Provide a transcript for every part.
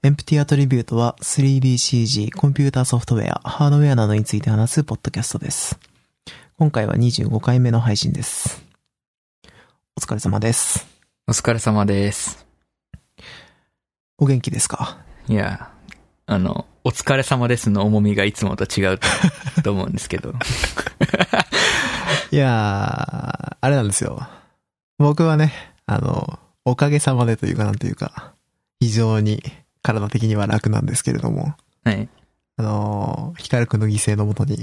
エンプティアトリビュートは 3DCG、コンピューターソフトウェア、ハードウェアなどについて話すポッドキャストです。今回は25回目の配信です。お疲れ様です。 お疲れ様です。 お元気ですか？ いや、お疲れ様ですの重みがいつもと違うと思うんですけど。 いやー、あれなんですよ。僕はね、おかげさまでというかなんというか、非常に体的には楽なんですけれども。 はい。 ヒカルくんの犠牲のもとに。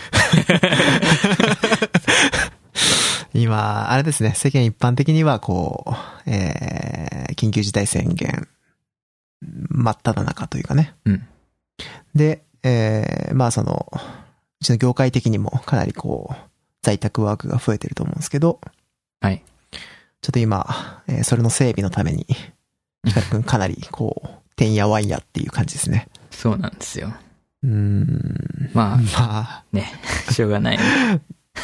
今、あれですね、世間一般的にはこう、緊急事態宣言、真っ只中というかね。 うん。 で、まあうちの業界的にもかなりこう、在宅ワークが増えてると思うんですけど、 はい。 ちょっと今、それの整備のために、ヒカルくんかなりこう、てんやわんやっていう感じですね。 そうなんですよ。 まあ、 ね、しょうがない、 ね。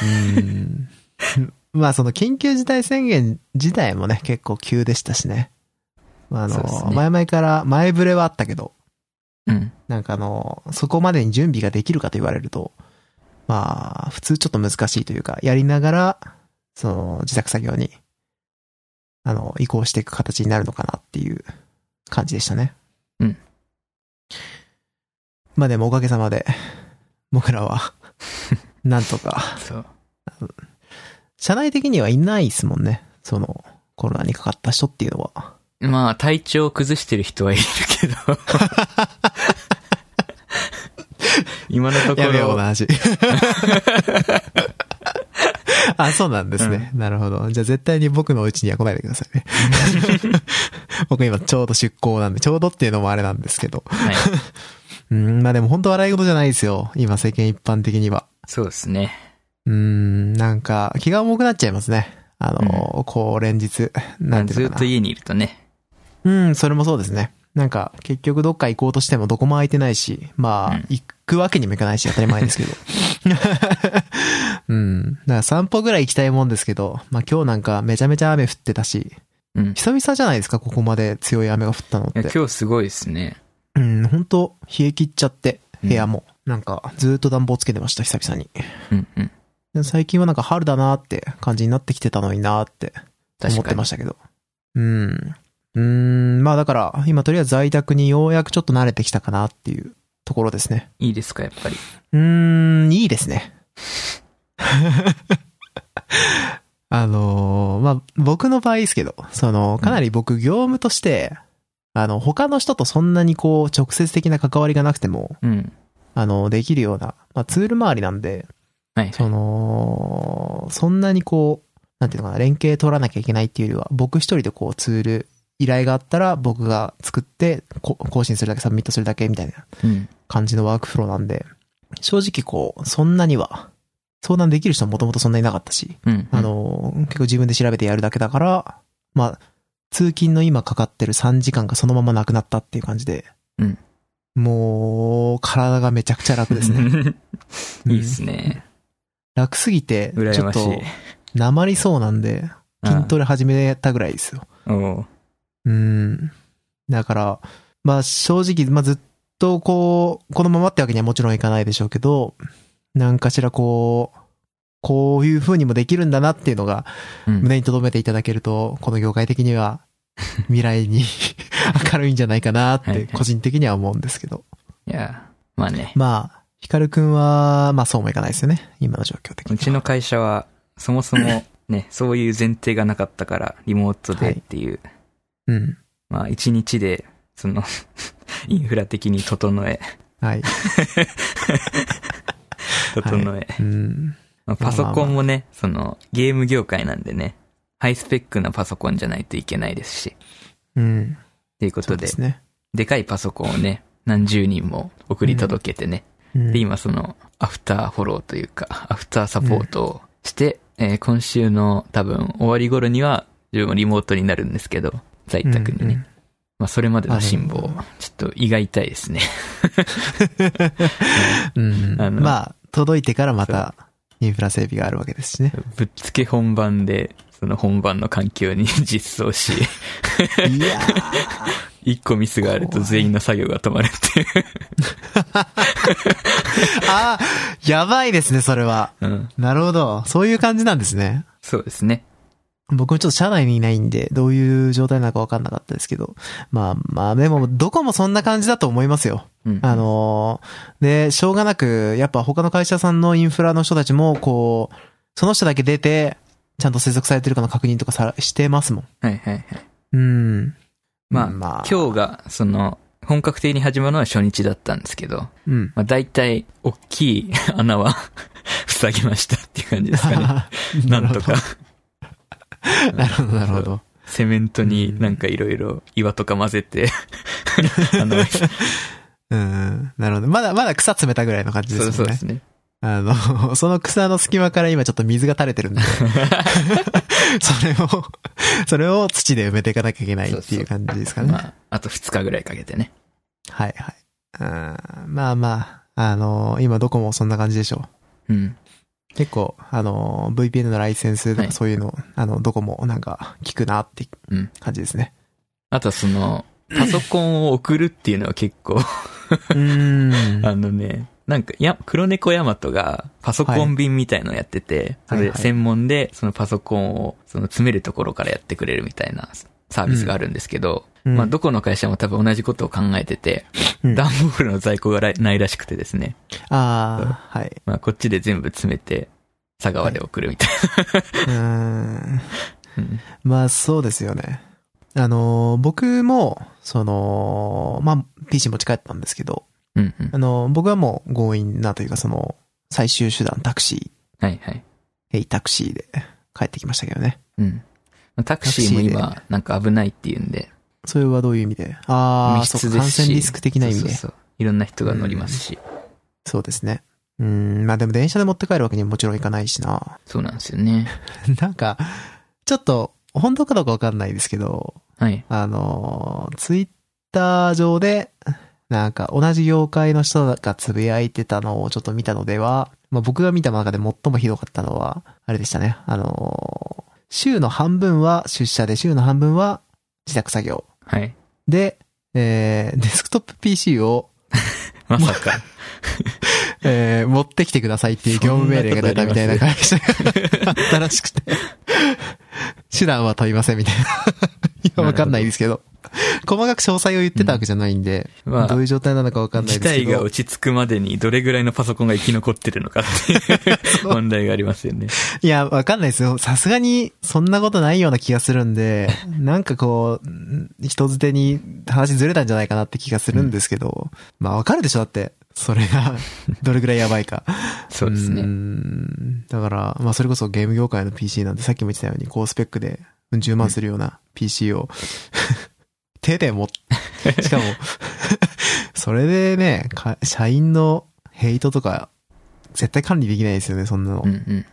まあその緊急事態宣言自体もね、結構急でしたしね。まあそうですね、 前々から前触れはあったけど、 うん。 なんかそこまでに準備ができるかと言われると、まあ、普通ちょっと難しいというか、やりながら、自宅作業に、移行していく形になるのかなっていう感じでしたね。 うん。 まあでもおかげさまで、僕らは、なんとか、 そう。 社内的にはいないですもんね。コロナにかかった人っていうのは。 まあ、体調を崩してる人はいるけど。今のところ。 やめような話。あ、そうなんですね。なるほど。じゃあ絶対に僕のお家には来ないでくださいね。僕今ちょうど出向なんで、ちょうどっていうのもあれなんですけど。 はい。 まあでも本当笑い事じゃないですよ。今世間一般的には。 そうですね。 なんか気が重くなっちゃいますね。こう連日。なんていうのかな。 ずっと家にいるとね。 それもそうですね。なんか結局どっか行こうとしてもどこも空いてないし、まあ、行くわけにもいかないし当たり前ですけど。だから散歩ぐらい行きたいもんですけど、まあ今日なんかめちゃめちゃ雨降ってたし、久々じゃないですか、ここまで強い雨が降ったのって。 いや今日すごいですね。 本当冷え切っちゃって、部屋も。なんかずっと暖房つけてました、久々に。最近はなんか春だなーって感じになってきてたのになーって思ってましたけど。まあだから、今とりあえず在宅にようやくちょっと慣れてきたかなっていうところですね。 いいですか、やっぱり。 いいですね。まあ僕の場合ですけど、かなり僕業務として、他の人とそんなにこう、直接的な関わりがなくても、できるような、まあツール周りなんで、 はい、 そんなにこう、なんていうのかな、連携取らなきゃいけないっていうよりは、僕一人でこうツール、依頼があったら僕が作って更新するだけサブミットするだけみたいな感じのワークフローなんで、正直こうそんなには相談できる人はもともとそんなになかったし、結構自分で調べてやるだけだから、まあ通勤の今かかってる3時間がそのままなくなったっていう感じで、もう体がめちゃくちゃ楽ですね。 いいですね。 楽すぎてちょっと訛りそうなんで筋トレ始めたぐらいですよ。だから、まあ正直、まあずっとこのままってわけにはもちろんいかないでしょうけど、なんかしらこういう風にもできるんだなっていうのが、胸に留めていただけると、この業界的には未来に明るいんじゃないかなって個人的には思うんですけど。 いや、まあね。 まあ、ヒカルくんは、まあそうもいかないですよね。今の状況的に。 うちの会社は、そもそもね、そういう前提がなかったから、リモートでっていう。まあ一日でインフラ的に整え、まあ、パソコンもね、ゲーム業界なんでね、ハイスペックなパソコンじゃないといけないですし、っていうことで、でかいパソコンをね、何十人も送り届けてね、で今アフターフォローというかアフターサポートをして、今週の多分終わり頃には自分もリモートになるんですけど。在宅にね。まあ、それまでの辛抱、ちょっと胃が痛いですね。 まあ、届いてからまた、インフラ整備があるわけですしね。 ぶっつけ本番で、その本番の環境に実装し。 一個ミスがあると全員の作業が止まるっていう。 ああ、やばいですね、それは。うん。なるほど。そういう感じなんですね。 そうですね。 僕もちょっと社内にいないんで、どういう状態なのか分かんなかったですけど。まあ、でも、どこもそんな感じだと思いますよ。うん、で、しょうがなく、やっぱ他の会社さんのインフラの人たちも、こう、その人だけ出て、ちゃんと接続されてるかの確認とかしてますもん。 はいはいはい。 うん。 まあ、今日が、本格的に始まるのは初日だったんですけど、うん。まあ、大体、大きい穴は塞ぎましたっていう感じですかね。なんとか。 なるほど、なるほど。 セメントになんかいろいろ岩とか混ぜてうん、なるほど。まだ草詰めたぐらいの感じですね。 そうですね。 その草の隙間から今ちょっと水が垂れてるんで。それを土で埋めていかなきゃいけないっていう感じですかね。 まあ、あと2日ぐらいかけてね。 はいはい。まあ、今どこもそんな感じでしょう。うん。結構、VPN のライセンスとかそういうの、はい、どこもなんか聞くなって感じですね。 あとパソコンを送るっていうのは結構なんか、黒猫ヤマトがパソコン便みたいのをやってて、はい、それ専門でそのパソコンを詰めるところからやってくれるみたいなサービスがあるんですけど、まあどこの会社も多分同じことを考えてて、段ボールの在庫がないらしくてですね。 はい。 まあこっちで全部詰めて、佐川で送るみたいな。 まあそうですよね。僕も、まあ PC 持ち帰ったんですけど、うんうん、僕はもう強引なというか最終手段タクシー。はいはい。 タクシーで帰ってきましたけどね。 うん。タクシーも今なんか危ないっていうんで。 それはどういう意味で？ 密室ですし、 感染リスク的な意味で。 そう。いろんな人が乗りますし。 そうですね。まあでも電車で持って帰るわけにももちろんいかないしな。 そうなんですよね。 なんか、ちょっと、本当かどうかわかんないですけど、 はい。 ツイッター上で、なんか同じ業界の人がつぶやいてたのをちょっと見たのでは、まあ僕が見た中で最もひどかったのは、あれでしたね。週の半分は出社で、週の半分は自宅作業。 はい。 で、デスクトップ PC を、 まさか。 持ってきてくださいっていう業務命令が出たみたいな会社があったらしくて、手段は問いませんみたいな。いや、わかんないですけど。細かく詳細を言ってたわけじゃないんで、まあ、どういう状態なのかわかんないですけど。 事態が落ち着くまでにどれぐらいのパソコンが生き残ってるのかっていう問題がありますよね。 いや、わかんないですよ。さすがにそんなことないような気がするんで、なんかこう、人づてに話ずれたんじゃないかなって気がするんですけど、まあわかるでしょだって。それが、どれぐらいやばいか。 そうですね。 だから、まあそれこそゲーム業界の PC なんてさっきも言ってたように、高スペックで10万するような PC を、手でしかも、それでね、社員のヘイトとか、絶対管理できないですよね、そんなの。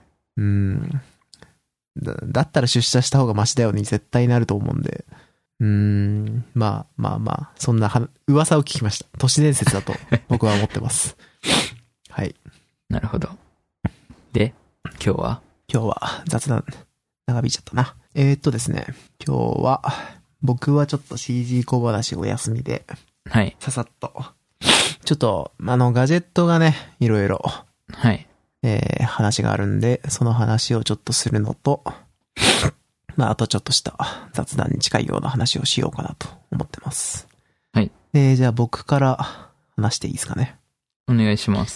だったら出社した方がマシだよに絶対なると思うんで。まあ、そんな噂を聞きました。都市伝説だと僕は思ってます。はい。 なるほど。で、今日は雑談、長引いちゃったな。ですね、今日は、僕はちょっと CG 小話お休みで、 はい。 ささっと。ちょっと、ガジェットがね、いろいろ、 はい。 話があるんで、その話をちょっとするのと、まあ、あとちょっとした雑談に近いような話をしようかなと思ってます。 はい。 じゃあ僕から話していいですかね。 お願いします。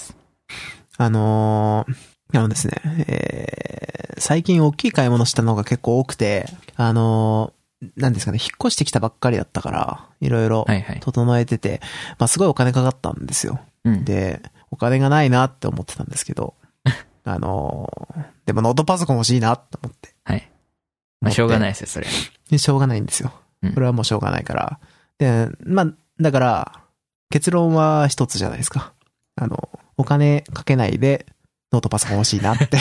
ですね、最近大きい買い物したのが結構多くて、なんですかね、引っ越してきたばっかりだったから、いろいろ整えてて、まあすごいお金かかったんですよ。で、お金がないなって思ってたんですけど、でもノートパソコン欲しいなって思って。 はい。まあしょうがないですよ、それ。 しょうがないんですよ。これはもうしょうがないから。で、まあ、だから、結論は一つじゃないですか。お金かけないで、ノートパソコン欲しいなって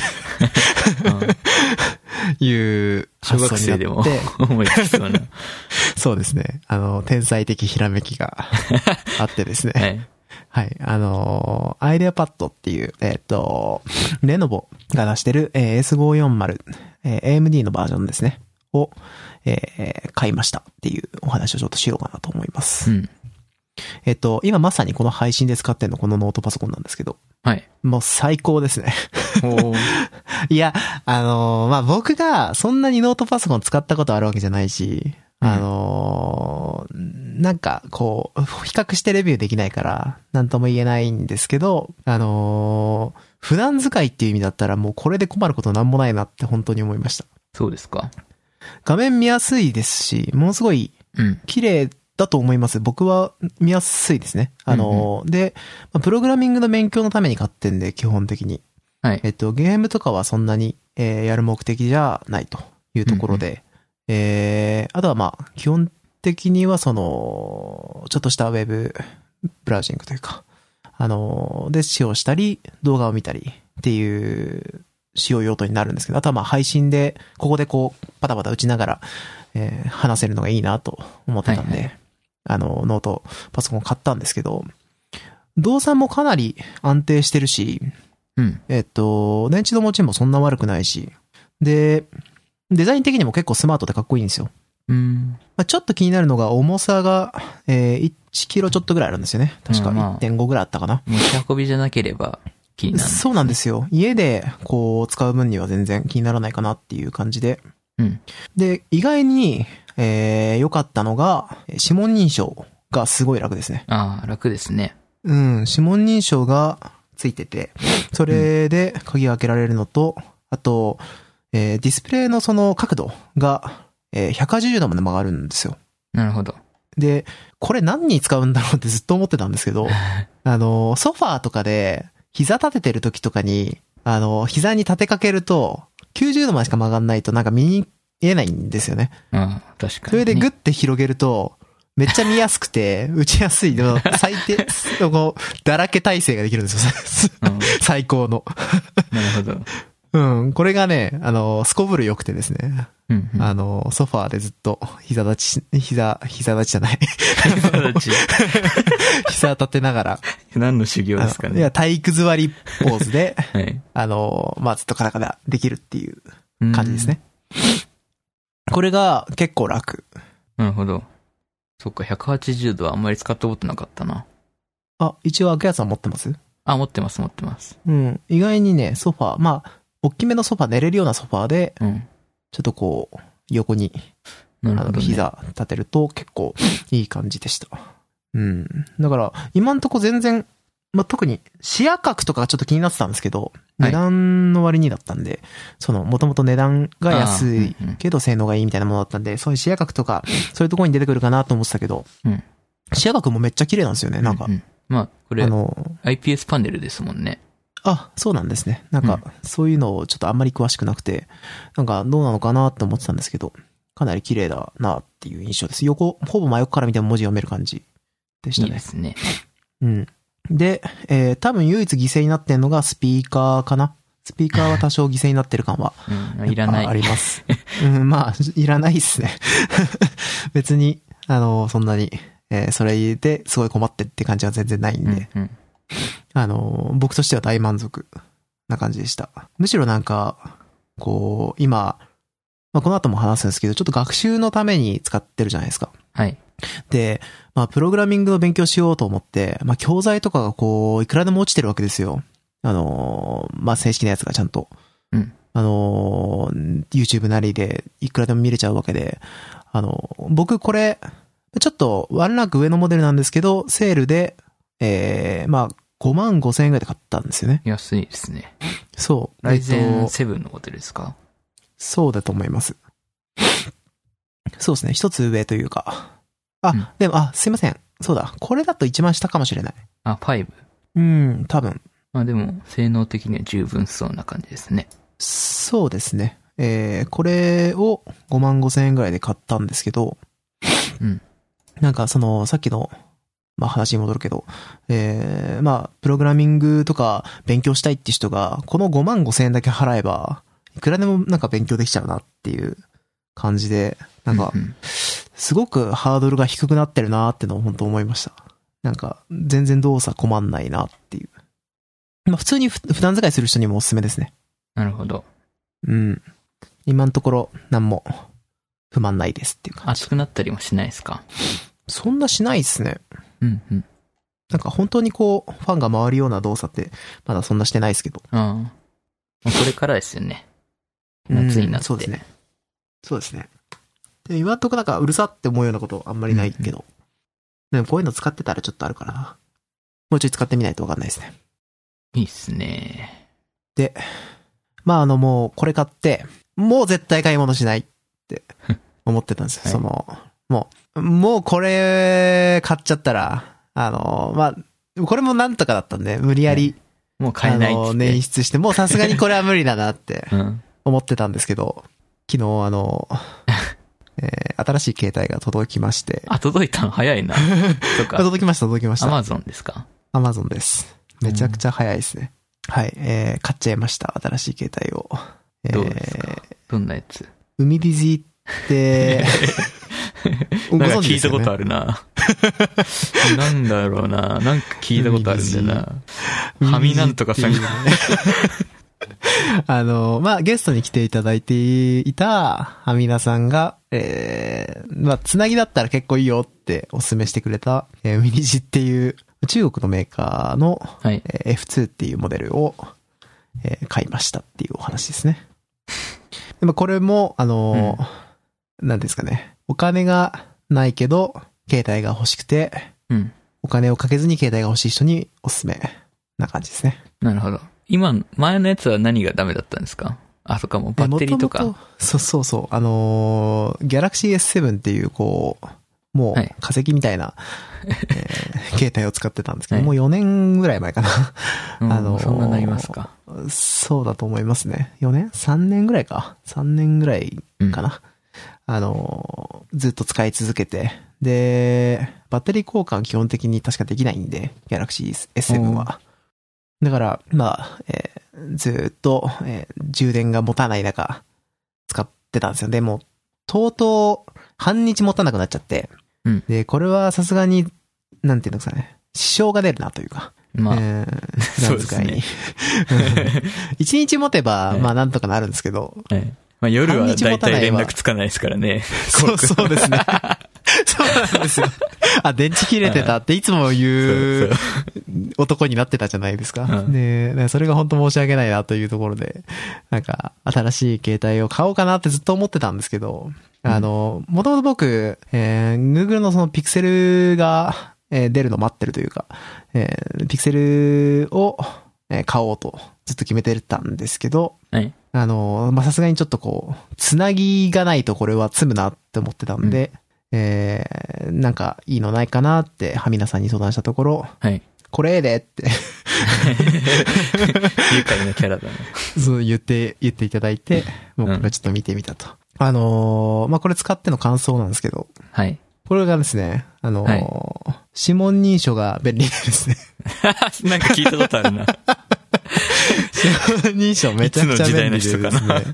いう発想になって。 小学生でも思いつきそうな。 そうですね。天才的ひらめきがあってですね。はい。アイデアパッドっていう、レノボが出してる S540、AMD のバージョンですね。 を、買いましたっていうお話をちょっとしようかなと思います。うん。今まさにこの配信で使ってるのこのノートパソコンなんですけど。 はい。 もう最高ですね。いや、まあ、僕がそんなにノートパソコン使ったことあるわけじゃないし、なんかこう、比較してレビューできないから、なんとも言えないんですけど、普段使いっていう意味だったらもうこれで困ることなんもないなって本当に思いました。 そうですか。 画面見やすいですし、ものすごい綺麗だと思います。僕は見やすいですね。で、プログラミングの勉強のために買ってんで、基本的に。 はい。 ゲームとかはそんなに、やる目的じゃないというところで、あとはまあ、基本的にはちょっとしたウェブブラウジングというか、で使用したり、動画を見たりっていう使用用途になるんですけど、あとはまあ配信で、ここでこう、パタパタ打ちながら、話せるのがいいなと思ってたんで、はいはい、ノート、パソコン買ったんですけど、動作もかなり安定してるし、 うん。 電池の持ちもそんな悪くないし、で、デザイン的にも結構スマートでかっこいいんですよ。ちょっと気になるのが重さが、1キロちょっとぐらいあるんですよね。確か 1.5 ぐらいあったかな。 持ち運びじゃなければ気になる、ね。 そうなんですよ。家でこう使う分には全然気にならないかなっていう感じで。 うん。 で、意外に、良かったのが、指紋認証がすごい楽ですね。 ああ、楽ですね。 うん、指紋認証がついてて、それで鍵を開けられるのと、あと、ディスプレイのその角度が、180度まで曲がるんですよ。 なるほど。 で、これ何に使うんだろうってずっと思ってたんですけど、ソファーとかで膝立ててる時とかに、膝に立てかけると、90度までしか曲がんないとなんか見えないんですよね。 うん、確かに。 それでグッて広げると、めっちゃ見やすくて、打ちやすい。でも最低、こう、だらけ体勢ができるんですよ。うん、最高の。 なるほど。 うん。これがね、すこぶる良くてですね。 うんうん、 ソファーでずっと膝立ちじゃない。膝立てながら。 何の修行ですかね。 いや、体育座りポーズで、 はい、 まあ、ずっとカタカタできるっていう感じですね。これが結構楽。 なるほど。そっか、180度はあんまり使ったことなかったな。 あ、一応開くやつは持ってます？ あ、持ってます。 うん。意外にね、ソファー、まあ、大きめのソファー、寝れるようなソファーで、 うん、 ちょっとこう、横に、膝立てると結構いい感じでした。うん。だから、今んとこ全然、まあ、特に視野角とかがちょっと気になってたんですけど、値段の割にだったんで、もともと値段が安いけど性能がいいみたいなものだったんで、そういう視野角とか、そういうところに出てくるかなと思ってたけど、視野角もめっちゃ綺麗なんですよね、なんか。 まあ、これ、IPS パネルですもんね。 あ、そうなんですね。なんか、そういうのをちょっとあんまり詳しくなくて、なんかどうなのかなって思ってたんですけど、かなり綺麗だなっていう印象です。ほぼ真横から見ても文字読める感じでしたね。 いいですね。 うん。で、多分唯一犠牲になってんのがスピーカーかな。スピーカーは多少犠牲になってる感は、 いらない。 あります。まあ、いらないっすね。別に、そんなに、それですごい困ってって感じは全然ないんで、僕としては大満足な感じでした。むしろなんか、こう、今、まあ、この後も話すんですけど、ちょっと学習のために使ってるじゃないですか。 はい。 で、まあ、プログラミングの勉強しようと思って、まあ、教材とかがこう、いくらでも落ちてるわけですよ。まあ、正式なやつがちゃんと。YouTube なりでいくらでも見れちゃうわけで、僕これ、ちょっとワンランク上のモデルなんですけど、セールで、まあ、55,000円ぐらいで買ったんですよね。 安いですね。 そう。 ライゼン7のモデルですか？ そうだと思います。そうですね。一つ上というか。でも、すいません。そうだ。これだと一番下かもしれない。 5？ 多分。 まあでも、性能的には十分そうな感じですね。 そうですね。これを55,000円ぐらいで買ったんですけど、なんかさっきの、まあ話に戻るけど、まあ、プログラミングとか勉強したいって人が、この55,000円だけ払えば、いくらでもなんか勉強できちゃうなっていう感じで、なんか、すごくハードルが低くなってるなってのを本当思いました。なんか、全然動作困んないなっていう。まあ普通に普段使いする人にもおすすめですね。 なるほど。 今のところ何も不満ないですっていう感じ。 熱くなったりもしないですか？ そんなしないっすね。 うんうん。 なんか本当にこう、ファンが回るような動作って、まだそんなしてないですけど。 ああ。これからですよね。夏になって。 そうですね。そうですね。で今んとこなんかうるさって思うようなことあんまりないけど。でもこういうの使ってたらちょっとあるからな。もうちょい使ってみないとわかんないですね。 いいっすね。 で、まあもうこれ買って、もう絶対買い物しないって思ってたんですよ。はい、もうこれ買っちゃったら、まあ、これもなんとかだったんで、無理やり、 もう買えないって。 捻出して、もうさすがにこれは無理だなって思ってたんですけど、昨日新しい携帯が届きまして。 あ、届いたの早いな。とか届きました。 Amazon ですか？ Amazon です。めちゃくちゃ早いですね。はい、買っちゃいました。新しい携帯を。 どうですか？どんなやつ？ 海ディジって、 なんか聞いたことあるな。なんだろうな。なんか聞いたことあるんだよな。はみなんとかさんが。 まあ、ゲストに来ていただいていたはみなさんが、まあ、つなぎだったら結構いいよってお勧めしてくれた、海ディジっていう中国のメーカーの、はい、F2 っていうモデルを、買いましたっていうお話ですね。でもこれも、なんですかね。お金がないけど、携帯が欲しくて、お金をかけずに携帯が欲しい人におすすめな感じですね。 なるほど。今、前のやつは何がダメだったんですか？あ、そっか、もうバッテリーとか。 そう。Galaxy S7 っていう、こう、もう化石みたいな、携帯を使ってたんですけど、はい、もう4年ぐらい前かな。 そんななりますか？ そうだと思いますね。4年 ?3 年ぐらいか。3年ぐらいかな。ずっと使い続けて、で、バッテリー交換基本的に確かできないんで、Galaxy S7 は。だから、まあ、ずっと、充電が持たない中、使ってたんですよ。でも、とうとう、半日持たなくなっちゃって、で、これはさすがに、なんていうんですかね、支障が出るなというか、 まあ、そうですね。 一日持てば、まあなんとかなるんですけど、 まあ夜はだいたい連絡つかないですからね。 そうですね。そうなんですよ。あ、電池切れてたっていつも言う男になってたじゃないですか。で、それが本当申し訳ないなというところで、なんか新しい携帯を買おうかなってずっと思ってたんですけど、もともと僕、Google のそのピクセルが出るの待ってるというか、ピクセルを買おうとずっと決めてたんですけど、 はい、 まあ、さすがにちょっとこう、つなぎがないとこれは積むなって思ってたんで、なんかいいのないかなってはみなさんに相談したところ、 はい、 これでって愉快なキャラだね。 そう言っていただいて、僕がちょっと見てみたと。まあ、これ使っての感想なんですけど、 はい。 これがですね、指紋認証が便利ですね。 なんか聞いたことあるな。 指紋認証めちゃくちゃ便利ですね。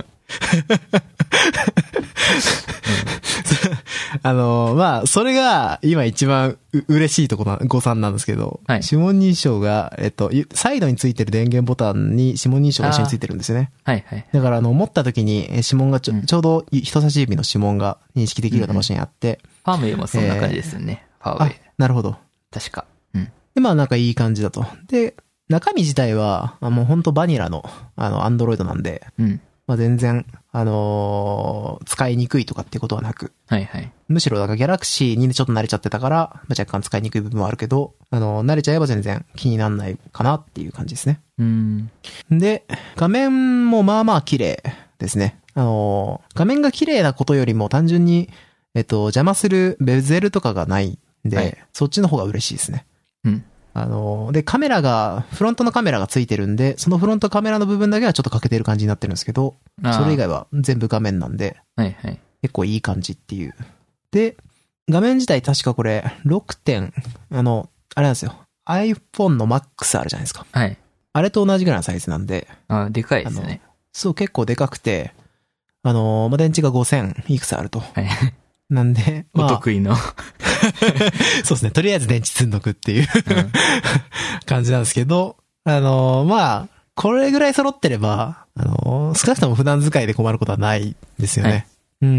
まあ、それが今一番嬉しいところ誤算なんですけど、はい、指紋認証が、サイドについてる電源ボタンに指紋認証が一緒についてるんですよね。 はいはい。 だから持った時に指紋がちょうど人差し指の指紋が認識できるような場所にあって、 ファーウェイもそんな感じですよね。ファーウェイ。 なるほど。 確か。 で、まあなんかいい感じだと。で、中身自体は、もうほんとバニラの、アンドロイドなんで、まあ全然、使いにくいとかっていうことはなく。 はいはい。 むしろなんかギャラクシーにちょっと慣れちゃってたから、まあ、若干使いにくい部分はあるけど、慣れちゃえば全然気にならないかなっていう感じですね。で、画面もまあまあ綺麗ですね。画面が綺麗なことよりも単純に、邪魔するベゼルとかがないんで、はい、そっちの方が嬉しいですね。で、フロントのカメラがついてるんで、そのフロントカメラの部分だけはちょっと欠けてる感じになってるんですけど、それ以外は全部画面なんで、 はいはい、 結構いい感じっていう。で、画面自体確かこれ、6点、あれなんですよ。iPhone の Max あるじゃないですか。 はい。 あれと同じぐらいのサイズなんで。 でかいですね。 そう、結構でかくて、電池が5000いくつあると。 はい。 なんで、 まあ、お得意の。 そうですね。とりあえず電池積んどくっていう、感じなんですけど、まあ、これぐらい揃ってれば、少なくとも普段使いで困ることはないですよね。はい、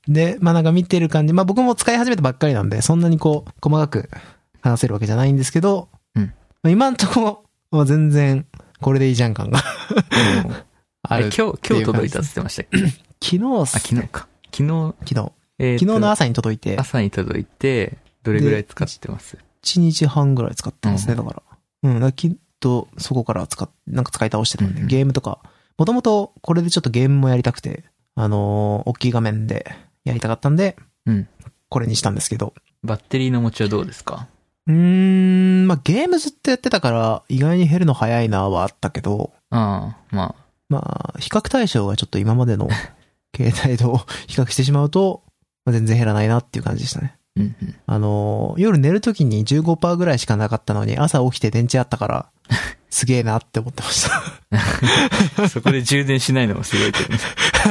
で、まあなんか見てる感じ、まあ僕も使い始めたばっかりなんで、そんなにこう、細かく話せるわけじゃないんですけど、 うん。 まあ、今んとこ、まあ、全然、これでいいじゃん感があれ、今日届いたって言ってましたっけ？ 昨日っす、 ね。昨日か。昨日の朝に届いて。 朝に届いて、どれぐらい使ってます？ 1 日半ぐらい使ってますね、だから。うん、だきっと、そこからなんか使い倒してたんで、ゲームとか、もともとこれでちょっとゲームもやりたくて、大きい画面でやりたかったんで、これにしたんですけど。 バッテリーの持ちはどうですか？ まあ、ゲームずっとやってたから、意外に減るの早いなはあったけど、 まあ、 比較対象がちょっと今までの携帯と比較してしまうと、全然減らないなっていう感じでしたね。夜寝るときに 15% ぐらいしかなかったのに、朝起きて電池あったから、すげえなって思ってました。 そこで充電しないのもすごいけどね。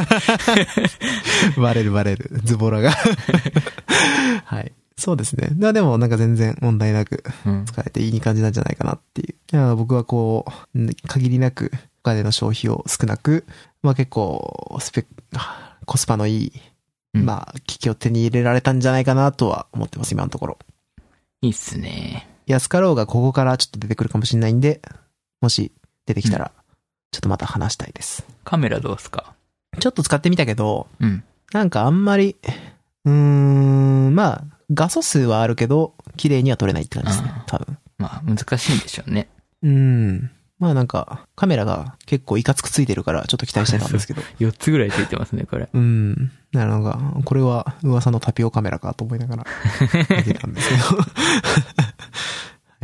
バレる、ズボラが。はい。そうですね。でもなんか全然問題なく使えていい感じなんじゃないかなっていう。いや僕はこう、限りなくお金の消費を少なく、まあ結構コスパのいい、まあ機器を手に入れられたんじゃないかなとは思ってます、今のところ。 いいっすね。 安かろうがここからちょっと出てくるかもしれないんで、もし出てきたら、ちょっとまた話したいです。 カメラどうすか？ ちょっと使ってみたけど、なんかあんまり、まあ、画素数はあるけど、綺麗には撮れないって感じですね、多分。 まあ、難しいんでしょうね。 まあなんか、カメラが結構いかつくついてるから、ちょっと期待してたんですけど。 4つぐらいついてますね、これ。 なんか、これは噂のタピオカメラかと思いながら、見てたんですけど。はい、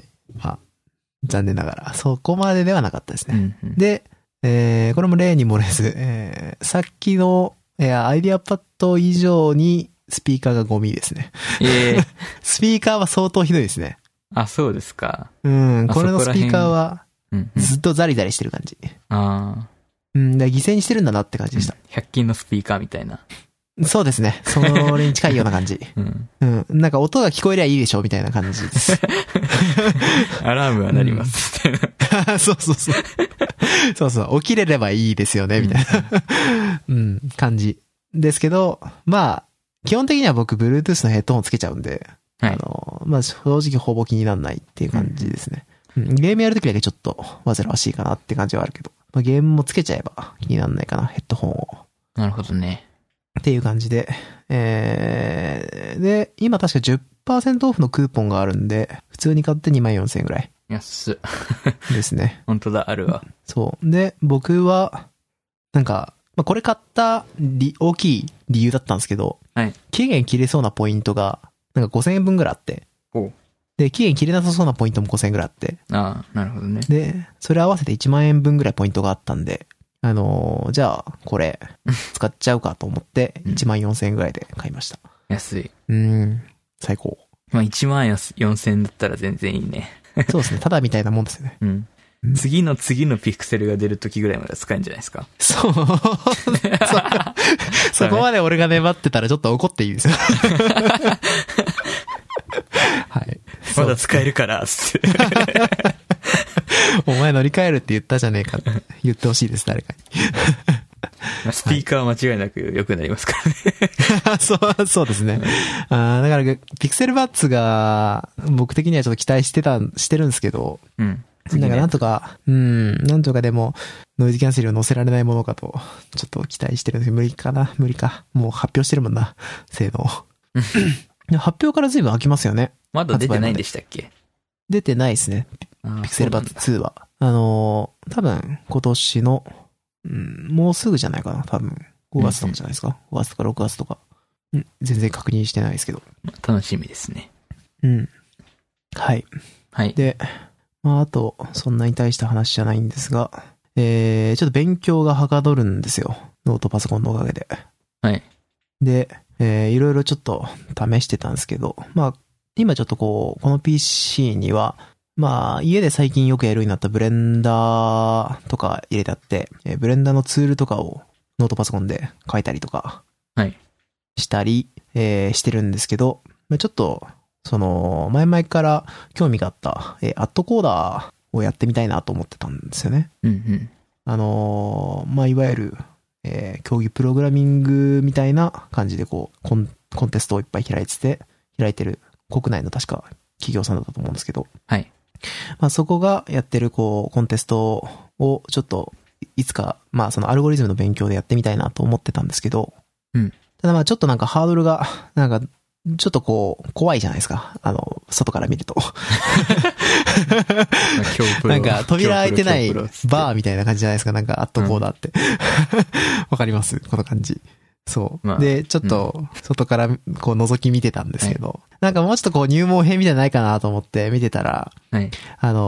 まあ、残念ながら、そこまでではなかったですね。で、これも例に漏れず、さっきの、アイディアパッド以上に、スピーカーがゴミですね。スピーカーは相当ひどいですね。 あ、そうですか。 これのスピーカーは、ずっとザリザリしてる感じ。犠牲にしてるんだなって感じでした。 100均のスピーカーみたいな。 そうですね。それに近いような感じ。なんか音が聞こえりゃいいでしょみたいな感じです。 アラームは鳴ります。 そう。起きれればいいですよね、みたいな。感じ。ですけど、まあ、基本的には僕、Bluetooth のヘッドホンつけちゃうんで、まあ、正直ほぼ気にならないっていう感じですね。ゲームやるときだけちょっと煩わしいかなって感じはあるけど、まあ、ゲームもつけちゃえば気にならないかな、ヘッドホンを。 なるほどね。 っていう感じで、で、今確か 10% オフのクーポンがあるんで、普通に買って24,000円ぐらい。 安っ。 ですね。 本当だ、あるわ。 そう。で、僕は、なんか、まあ、これ買った大きい理由だったんですけど、期限切れそうなポイントが、なんか5,000円分ぐらいあって、で、期限切れなさそうなポイントも5,000円ぐらいあって、 なるほどね。 で、それ合わせて1万円分ぐらいポイントがあったんで、じゃあ、これ、使っちゃうかと思って、14,000円ぐらいで買いました。 安い。 最高。 まあ、14,000円だったら全然いいね。 そうですね。ただみたいなもんですよね。 次のピクセルが出る時ぐらいまで使えるんじゃないですか。 そう。そこまで俺が粘ってたらちょっと怒っていいですよ。はい。 まだ使えるから、つって。 お前乗り換えるって言ったじゃねえかって言ってほしいです、誰かに。スピーカーは間違いなく良くなりますからね。 そうですね。だから、ピクセルバッツが、僕的にはちょっと期待してるんですけど、なんかなんとかでも、ノイズキャンセルを載せられないものかと、ちょっと期待してるんですけど、無理か。もう発表してるもんな、性能。発表から随分空きますよね。 まだ出てないんでしたっけ？ 出てないですね。ピクセルバッツ2は。多分、今年の、もうすぐじゃないかな。多分、5月とかじゃないですか。5月とか6月とか。全然確認してないですけど。 楽しみですね。 はい。で、まあ、あと、そんなに大した話じゃないんですが、ちょっと勉強がはかどるんですよ。ノートパソコンのおかげで。で、いろいろちょっと試してたんですけど、まあ、今ちょっとこの PC には、まあ、家で最近よくやるようになったブレンダーとか入れてあって、ブレンダーのツールとかをノートパソコンで書いたりとか、したり、してるんですけど、ちょっと、前々から興味があった、アットコーダーをやってみたいなと思ってたんですよね。まあ、いわゆる、 競技プログラミングみたいな感じでこう、コンテストをいっぱい開いてる国内の確か企業さんだったと思うんですけど。 はい。 まあそこがやってるこう、コンテストをちょっと、いつか、まあそのアルゴリズムの勉強でやってみたいなと思ってたんですけど。 うん。ただまあちょっとなんかハードルが、なんか、ちょっとこう、怖いじゃないですか。外から見ると。なんか、扉開いてないバーみたいな感じじゃないですか。なんか、アットコーダーって。わかりますこの感じ。そう。まあ、で、ちょっと、外からこう覗き見てたんですけど、なんかもうちょっとこう入門編みたいなのないかなと思って見てたら、 はい、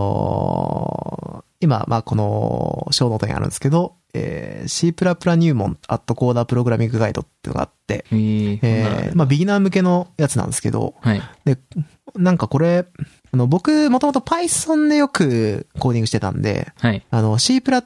今、まあこの、小ノートにあるんですけど、C++ 入門アットコーダープログラミングガイドっていうのがあって、まあビギナー向けのやつなんですけど、 はい、 で、なんかこれ、僕、もともと Python でよくコーディングしてたんで、 はい、 C++ って、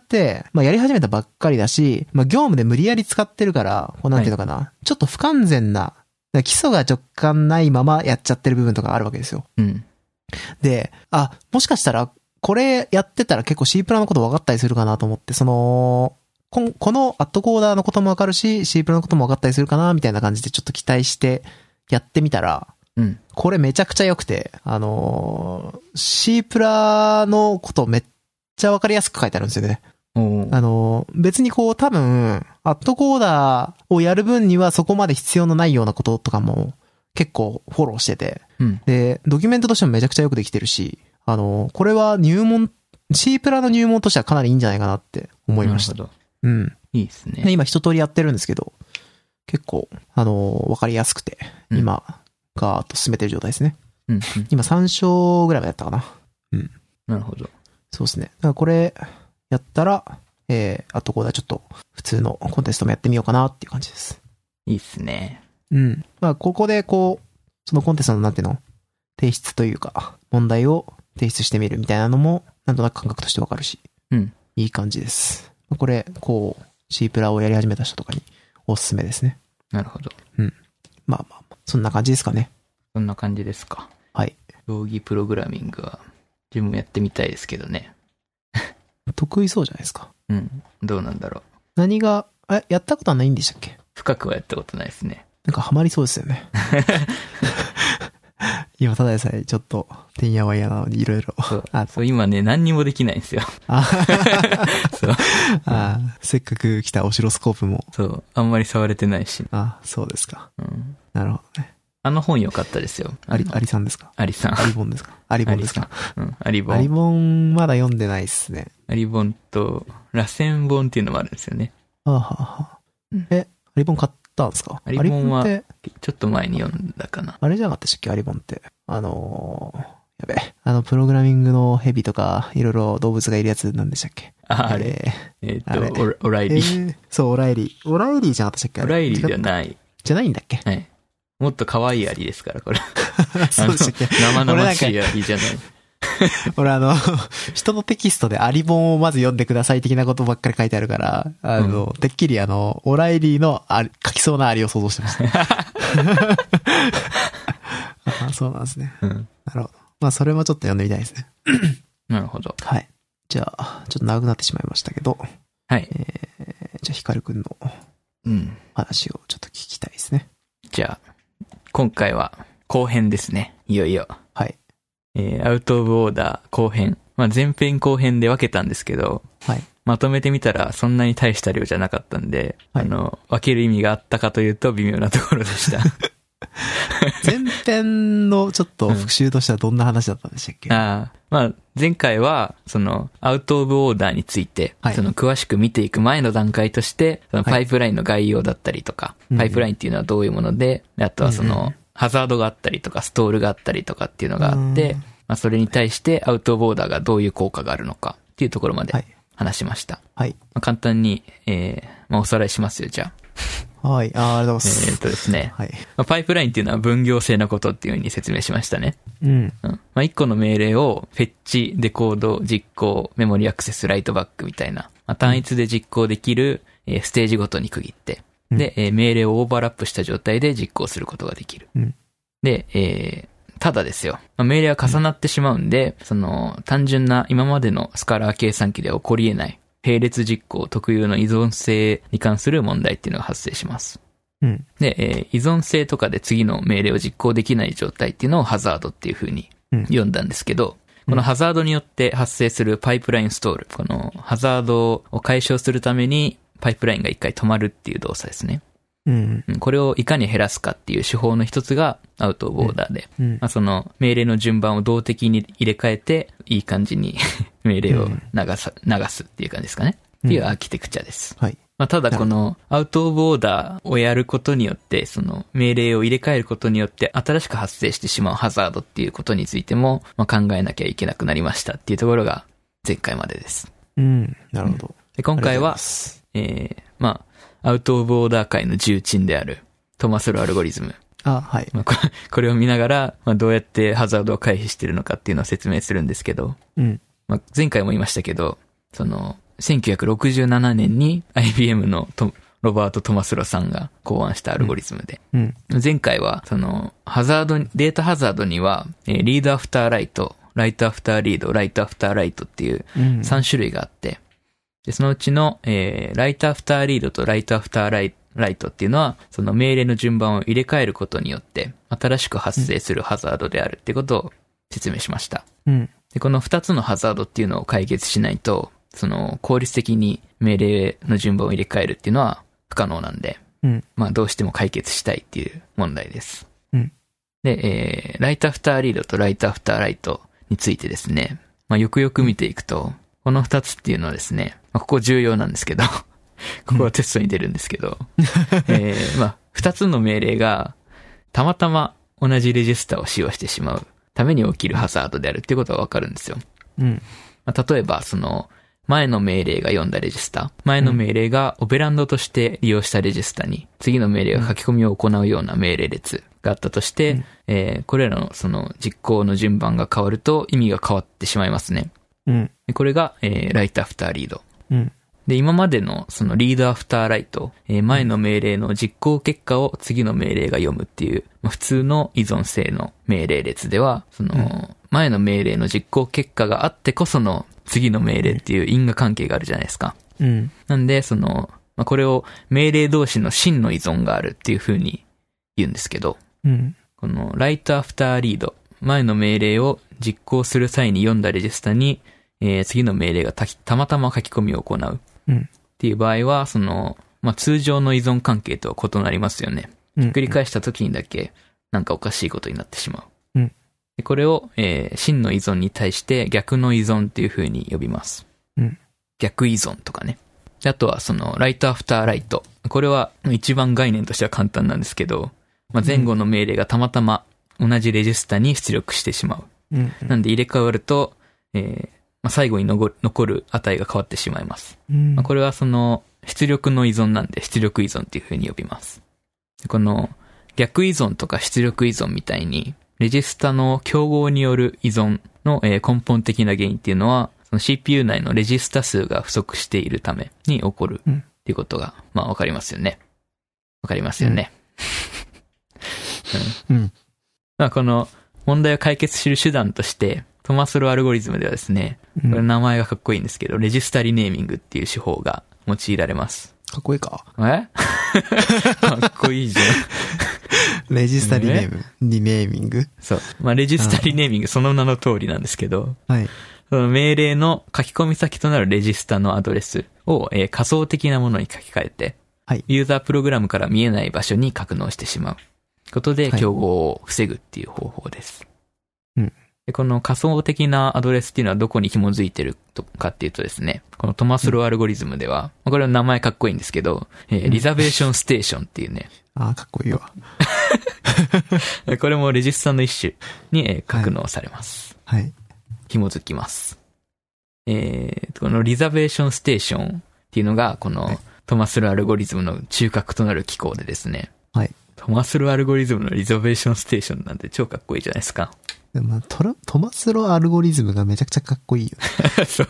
まあやり始めたばっかりだし、まあ業務で無理やり使ってるから、こうなんていうのかな、はい、ちょっと不完全な、基礎が直感ないままやっちゃってる部分とかあるわけですよ。 うん。 で、もしかしたら、これやってたら結構 C++ のこと分かったりするかなと思って、このアットコーダーのことも分かるし、C++ のことも分かったりするかなみたいな感じでちょっと期待してやってみたら、 うん。 これめちゃくちゃ良くて、C++ のことめっちゃ分かりやすく書いてあるんですよね。別にこう多分、アットコーダーをやる分にはそこまで必要のないようなこととかも結構フォローしてて、 うん、 で、ドキュメントとしてもめちゃくちゃよくできてるし、これはC++ の入門としてはかなりいいんじゃないかなって思いました。 なるほど。 うん。 いいですね。 で今一通りやってるんですけど、結構、わかりやすくて、今、ガーッと進めてる状態ですね。 うん、 今3章ぐらいまでやったかな。うん。 なるほど。 そうですね。だからこれ、やったら、あとこうだ、ちょっと、普通のコンテストもやってみようかなっていう感じです。 いいっすね。 うん。まあ、ここでこう、そのコンテストのなんていうの提出というか、問題を提出してみるみたいなのも、なんとなく感覚としてわかるし。 うん。 いい感じです。これ、こう、C++ をやり始めた人とかにおすすめですね。 なるほど。 うん。まあまあ、そんな感じですかね。 そんな感じですか。 はい。 競技プログラミングは、自分もやってみたいですけどね。 得意そうじゃないですか。 うん。どうなんだろう。 何が、やったことはないんでしたっけ？ 深くはやったことないですね。 なんかハマりそうですよね。今ただでさえちょっと、てんやわんやなのにいろいろ。 そう、今ね、何にもできないんですよ。 そう。せっかく来たオシロスコープも。 そう、あんまり触れてないし。 そうですか。 うん。 なるほどね。 本良かったですよ。 アリさんですか？ アリさん。 アリボンですか？アリボンですか？ うん、アリボン。 アリボンまだ読んでないっすね。 アリボンと、螺旋本っていうのもあるんですよね。 アリボン買ったんですか？ アリボンは、ちょっと前に読んだかな。 あれじゃなかったっけ？アリボンって。やべ。プログラミングのヘビとか、いろいろ動物がいるやつなんでしたっけ？ あれ。オライリー。 そう、オライリー。オライリーじゃなかったっけ？ オライリーじゃない。 じゃないんだっけ？ はい。もっと可愛いアリですから、これ。 そうでしたっけ？ 生々しいアリじゃない。 俺人のテキストでアリボンをまず読んでください的なことばっかり書いてあるから、てっきりオライリーの書きそうなアリを想像してました。そうなんですね。 うん。 なるほど。まあ、それもちょっと読んでみたいですね。 なるほど。 はい。じゃあ、ちょっと長くなってしまいましたけど。 はい。 じゃあ、ヒカルくんの話をちょっと聞きたいですね。 じゃあ、今回は後編ですね。いよいよ。 はい。 アウトオブオーダー後編。まあ、前編後編で分けたんですけど、 はい。 まとめてみたらそんなに大した量じゃなかったんで、はい、分ける意味があったかというと微妙なところでした。 前編のちょっと復習としてはどんな話だったんでしたっけ？ まあ、前回は、アウトオブオーダーについて、はい、詳しく見ていく前の段階として、パイプラインの概要だったりとか、はい、パイプラインっていうのはどういうもので、あとはハザードがあったりとか、ストールがあったりとかっていうのがあって、まあ、それに対してアウトオブオーダーがどういう効果があるのかっていうところまで話しました。 はい。 まあ、簡単に、まあ、おさらいしますよ、じゃあ。はい。ありがとうございます。 ですね。 はい。 まあ、パイプラインっていうのは分業制のことっていうふうに説明しましたね。 うん。 まあ、一個の命令を、フェッチ、デコード、実行、メモリアクセス、ライトバックみたいな、まあ、単一で実行できる、ステージごとに区切って、で、命令をオーバーラップした状態で実行することができる。 うん、 で、ただですよ。まあ、命令は重なってしまうんで、単純な今までのスカラー計算機では起こり得ない、 並列実行特有の依存性に関する問題っていうのが発生します。 うん、 で、依存性とかで次の命令を実行できない状態っていうのをハザードっていう風に読んだんですけど、このハザードによって発生するパイプラインストール、このハザードを解消するためにパイプラインが一回止まるっていう動作ですね。 うん、 これをいかに減らすかっていう手法の一つがアウトオブオーダーで、その命令の順番を動的に入れ替えていい感じに命令を流すっていう感じですかね。っていうアーキテクチャです。 はい。 ただこのアウトオブオーダーをやることによって、その命令を入れ替えることによって新しく発生してしまうハザードっていうことについても考えなきゃいけなくなりましたっていうところが前回までです。 なるほど。 で今回は、アウトオブオーダー界の重鎮であるトマスロアルゴリズム。 はい。 これを見ながら、どうやってハザードを回避しているのかっていうのを説明するんですけど、前回も言いましたけど、その、1967年に IBM のロバート・トマスロさんが考案したアルゴリズムで、前回は、その、データハザードには、リードアフターライト、ライトアフターリード、ライトアフターライトっていう3種類があって、でそのうちの、ライトアフターリードとライトアフターライトっていうのは、その命令の順番を入れ替えることによって、新しく発生するハザードであるってことを説明しました。でこの2つのハザードっていうのを解決しないと、その効率的に命令の順番を入れ替えるっていうのは不可能なんで、どうしても解決したいっていう問題です。で、ライトアフターリードとライトアフターライトについてですね、よくよく見ていくと、この2つっていうのはですね、ここ重要なんですけど、ここはテストに出るんですけど、2つの命令がたまたま同じレジスタを使用してしまうために起きるハザードであるっていうことがわかるんですよ。例えば、その、前の命令が読んだレジスタ、前の命令がオペランドとして利用したレジスタに、次の命令が書き込みを行うような命令列があったとして、これらのその実行の順番が変わると意味が変わってしまいますね。これが、ライトアフターリード。で、今までのそのリードアフターライト、前の命令の実行結果を次の命令が読むっていう、普通の依存性の命令列では、その、前の命令の実行結果があってこその次の命令っていう因果関係があるじゃないですか。なんで、その、これを命令同士の真の依存があるっていう風に言うんですけど、このライトアフターリード、前の命令を実行する際に読んだレジスタに、次の命令がたまたま書き込みを行うっていう場合は、その、通常の依存関係とは異なりますよね。ひっくり返した時にだけなんかおかしいことになってしまう。でこれを、真の依存に対して逆の依存っていう風に呼びます。逆依存とかね。であとはそのライトアフターライト。これは一番概念としては簡単なんですけど、前後の命令がたまたま同じレジスタに出力してしまう。なんで入れ替わると、最後に残る値が変わってしまいます。これはその出力の依存なんで出力依存っていう風に呼びます。この逆依存とか出力依存みたいにレジスタの競合による依存の根本的な原因っていうのはその CPU 内のレジスタ数が不足しているために起こるっていうことがわかりますよね。わかりますよね。この問題を解決する手段としてトマスロアルゴリズムではですね、これ名前がかっこいいんですけど、レジスタリネーミングっていう手法が用いられます。 かっこいいかかっこいいじゃん。レジスタリネーミングそう。レジスタリネーミングその名の通りなんですけど、 はい。 その命令の書き込み先となるレジスタのアドレスを、仮想的なものに書き換えて、 はい、 ユーザープログラムから見えない場所に格納してしまうことで競合を防ぐっていう方法です。でこの仮想的なアドレスっていうのはどこに紐づいてるかっていうとですね、このトマスロアルゴリズムでは、これは名前かっこいいんですけど、リザベーションステーションっていうね。かっこいいわ。 これもレジスタの一種に格納されます。 はい。 紐づきます。このリザベーションステーションっていうのが、このトマスロアルゴリズムの中核となる機構でですね。 はい。 トマスロアルゴリズムのリザベーションステーションなんて超かっこいいじゃないですか。 でもトマスロアルゴリズムがめちゃくちゃかっこいいよね。 そう。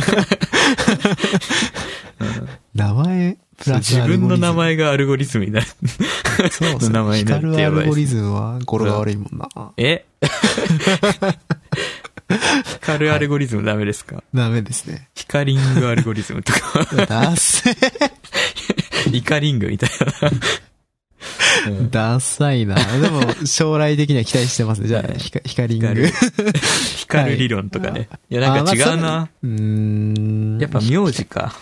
名前プラス自分の名前がアルゴリズムになる。 そうそう。 名前になるってやばい。 アルゴリズムは語呂が悪いもんな。 光るアルゴリズムダメですか？ ダメですね。 ヒカリングアルゴリズムとか。 ダセイカリングみたいな。 ダサいな。でも、将来的には期待してますね。じゃあ、ヒカリング。 光る理論とかね。いや、なんか違うな。やっぱ名字か。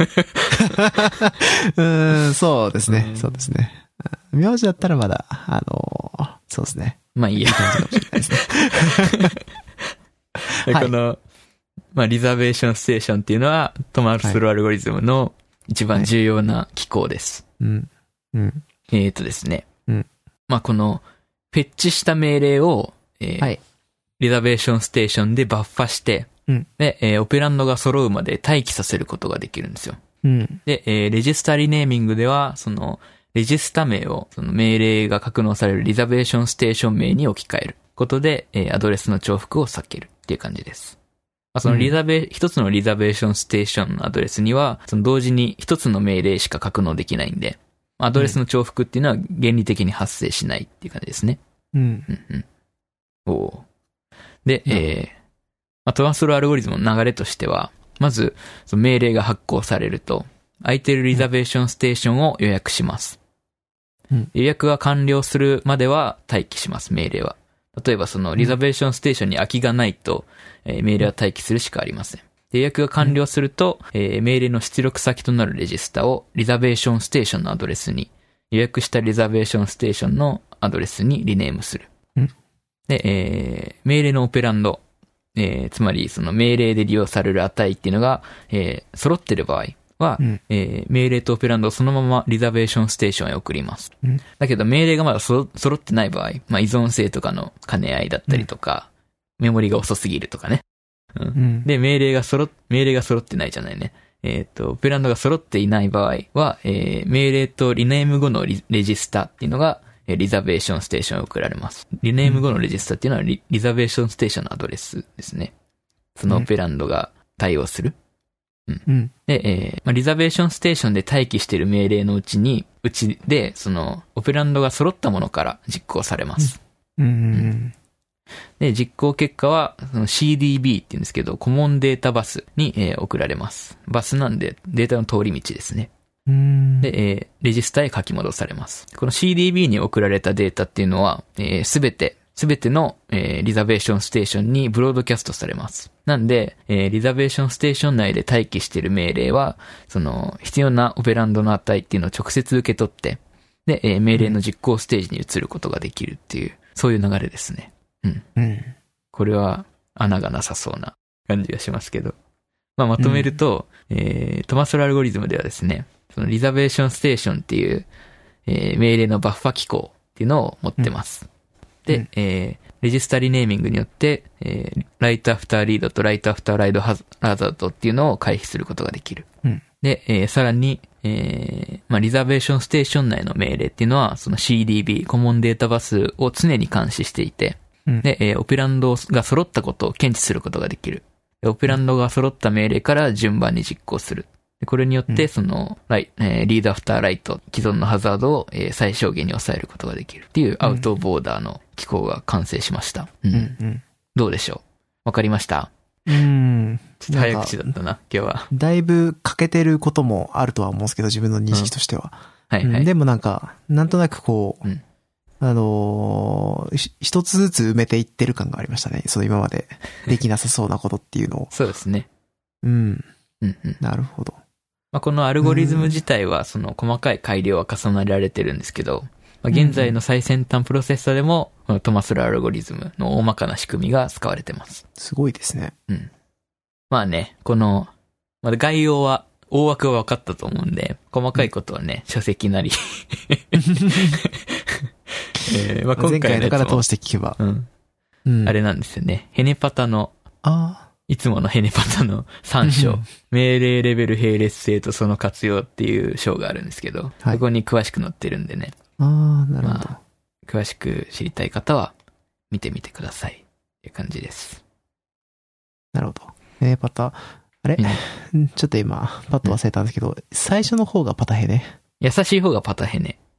そうですね。そうですね。名字だったらまだ、そうですね。 まあいいや。この、まあ、リザベーションステーションっていうのは、トマスロアルゴリズムの一番重要な機構です。ですね。まあ、この、フェッチした命令を、リザベーションステーションでバッファして、で、オペランドが揃うまで待機させることができるんですよ。で、レジスタリネーミングでは、その、レジスタ名を、その命令が格納されるリザベーションステーション名に置き換えることで、アドレスの重複を避けるっていう感じです。その一つのリザベーションステーションのアドレスには、その同時に一つの命令しか格納できないんで、アドレスの重複っていうのは原理的に発生しないっていう感じですね。で、トマスロアルゴリズムの流れとしては、まず、その命令が発行されると、空いてるリザベーションステーションを予約します。予約が完了するまでは待機します、命令は。例えばそのリザベーションステーションに空きがないと、命令は待機するしかありません。で予約が完了すると、命令の出力先となるレジスタをリザベーションステーションのアドレスに、予約したリザベーションステーションのアドレスにリネームする。で、命令のオペランド、つまりその命令で利用される値っていうのが、揃ってる場合は、命令とオペランドをそのままリザベーションステーションへ送ります。だけど命令がまだ揃ってない場合、まあ、依存性とかの兼ね合いだったりとか、メモリが遅すぎるとかね。で、命令が揃ってないじゃないね。オペランドが揃っていない場合は、命令とリネーム後のレジスタっていうのが、リザベーションステーションへ送られます。リネーム後のレジスタっていうのはリザベーションステーションのアドレスですね。そのオペランドが対応する。で、リザベーションステーションで待機している命令のうちで、その、オペランドが揃ったものから実行されます。で、実行結果は、その CDB って言うんですけど、コモンデータバスに、送られます。バスなんで、データの通り道ですね。で、レジスタへ書き戻されます。この CDB に送られたデータっていうのは、すべての、リザベーションステーションにブロードキャストされます。なんで、リザベーションステーション内で待機している命令は、その、必要なオペランドの値っていうのを直接受け取って、で、命令の実行ステージに移ることができるっていう、そういう流れですね。これは穴がなさそうな感じがしますけど。まとめると、トマスロアルゴリズムではですね、そのリザベーションステーションっていう、命令のバッファ機構っていうのを持ってます。で、レジスタリネーミングによって、ライトアフターリードとライトアフターライドハザードっていうのを回避することができる。で、さらに、リザベーションステーション内の命令っていうのは、その CDB、コモンデータバスを常に監視していて、で、オペランドが揃ったことを検知することができる。オペランドが揃った命令から順番に実行する。これによって、その、リードアフターライト、既存のハザードを最小限に抑えることができるっていうアウトボーダーの機構が完成しました。どうでしょう？わかりました？ちょっと早口だったな、今日は。 だいぶ欠けてることもあるとは思うんですけど、自分の認識としては。でもなんとなくこう、一つずつ埋めていってる感がありましたね。その今までできなさそうなことっていうのを。 そうですね。 なるほど。 このアルゴリズム自体はその細かい改良は重ねられてるんですけど、現在の最先端プロセッサーでも、このトマスロアルゴリズムの大まかな仕組みが使われてます。 すごいですね。 この、概要は、大枠は分かったと思うんで、細かいことはね、書籍なり。 前回のから通して聞けば。 あれなんですよね。ヘネパタの、いつものヘネパタの3章、命令レベル並列性とその活用っていう章があるんですけど、そこに詳しく載ってるんでね。 なるほど。 詳しく知りたい方は見てみてください。っていう感じです。 なるほど。ヘネパタ、あれ、ちょっと今、パッと忘れたんですけど、最初の方がパタヘネ？ 優しい方がパタヘネ。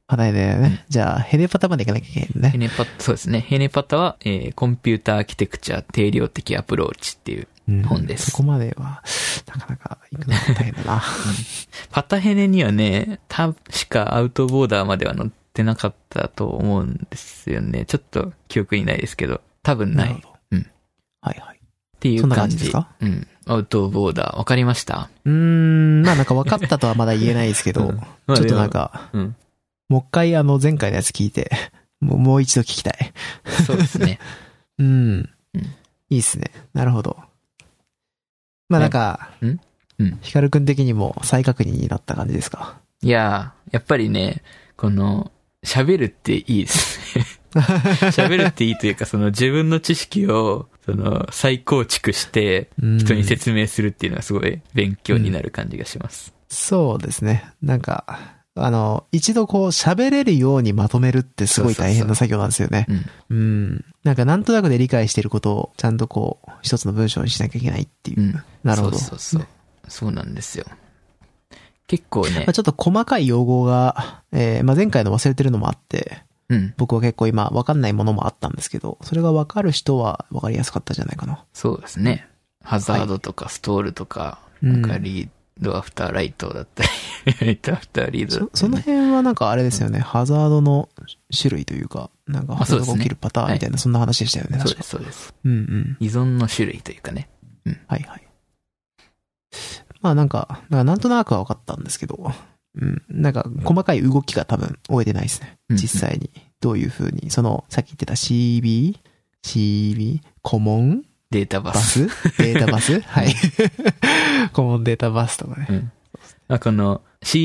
パタヘネだよね。じゃあ、ヘネパタまで行かなきゃいけないんだね。 そうですね。ヘネパタは、コンピューターアーキテクチャ定量的アプローチっていう本です。 そこまでは、なかなか行くの大変だな。 パタヘネにはね、確かアウトボーダーまでは載ってなかったと思うんですよね。ちょっと記憶にないですけど、多分ない。 なるほど。はいはい。 っていう感じ。 そんな感じですか？ アウトボーダー、わかりました？ まあなんか分かったとはまだ言えないですけど、ちょっとなんか、もう一回前回のやつ聞いて、もう一度聞きたい。 そうですね。 いいっすね。なるほど。まあなんか、ヒカルくん的にも再確認になった感じですか？ いやー、やっぱりね、喋るっていいですね。喋るっていいというか、自分の知識を、再構築して、人に説明するっていうのはすごい勉強になる感じがします。 そうですね。なんか、一度喋れるようにまとめるってすごい大変な作業なんですよね。なんかなんとなくで理解していることをちゃんと一つの文章にしなきゃいけないっていう。なるほど。 そうなんですよ。結構ね。 ちょっと細かい用語が、前回の忘れてるのもあって、僕は結構今分かんないものもあったんですけど、それが分かる人は分かりやすかったんじゃないかな。 そうですね。ハザードとかストールとか、なんかリードアフターライトだったり、ライトアフターリードだったり、 その辺はなんかあれですよね、ハザードの種類というか、なんかハザードが起きるパターンみたいな、そんな話でしたよね。 そうです。 依存の種類というかね。 はいはい。まあなんかなんとなくは分かったんですけど、なんか細かい動きが多分終えてないですね。実際に。どういう風に、さっき言ってた CB、コモンデータバスはい。コモンデータバスとかね。 この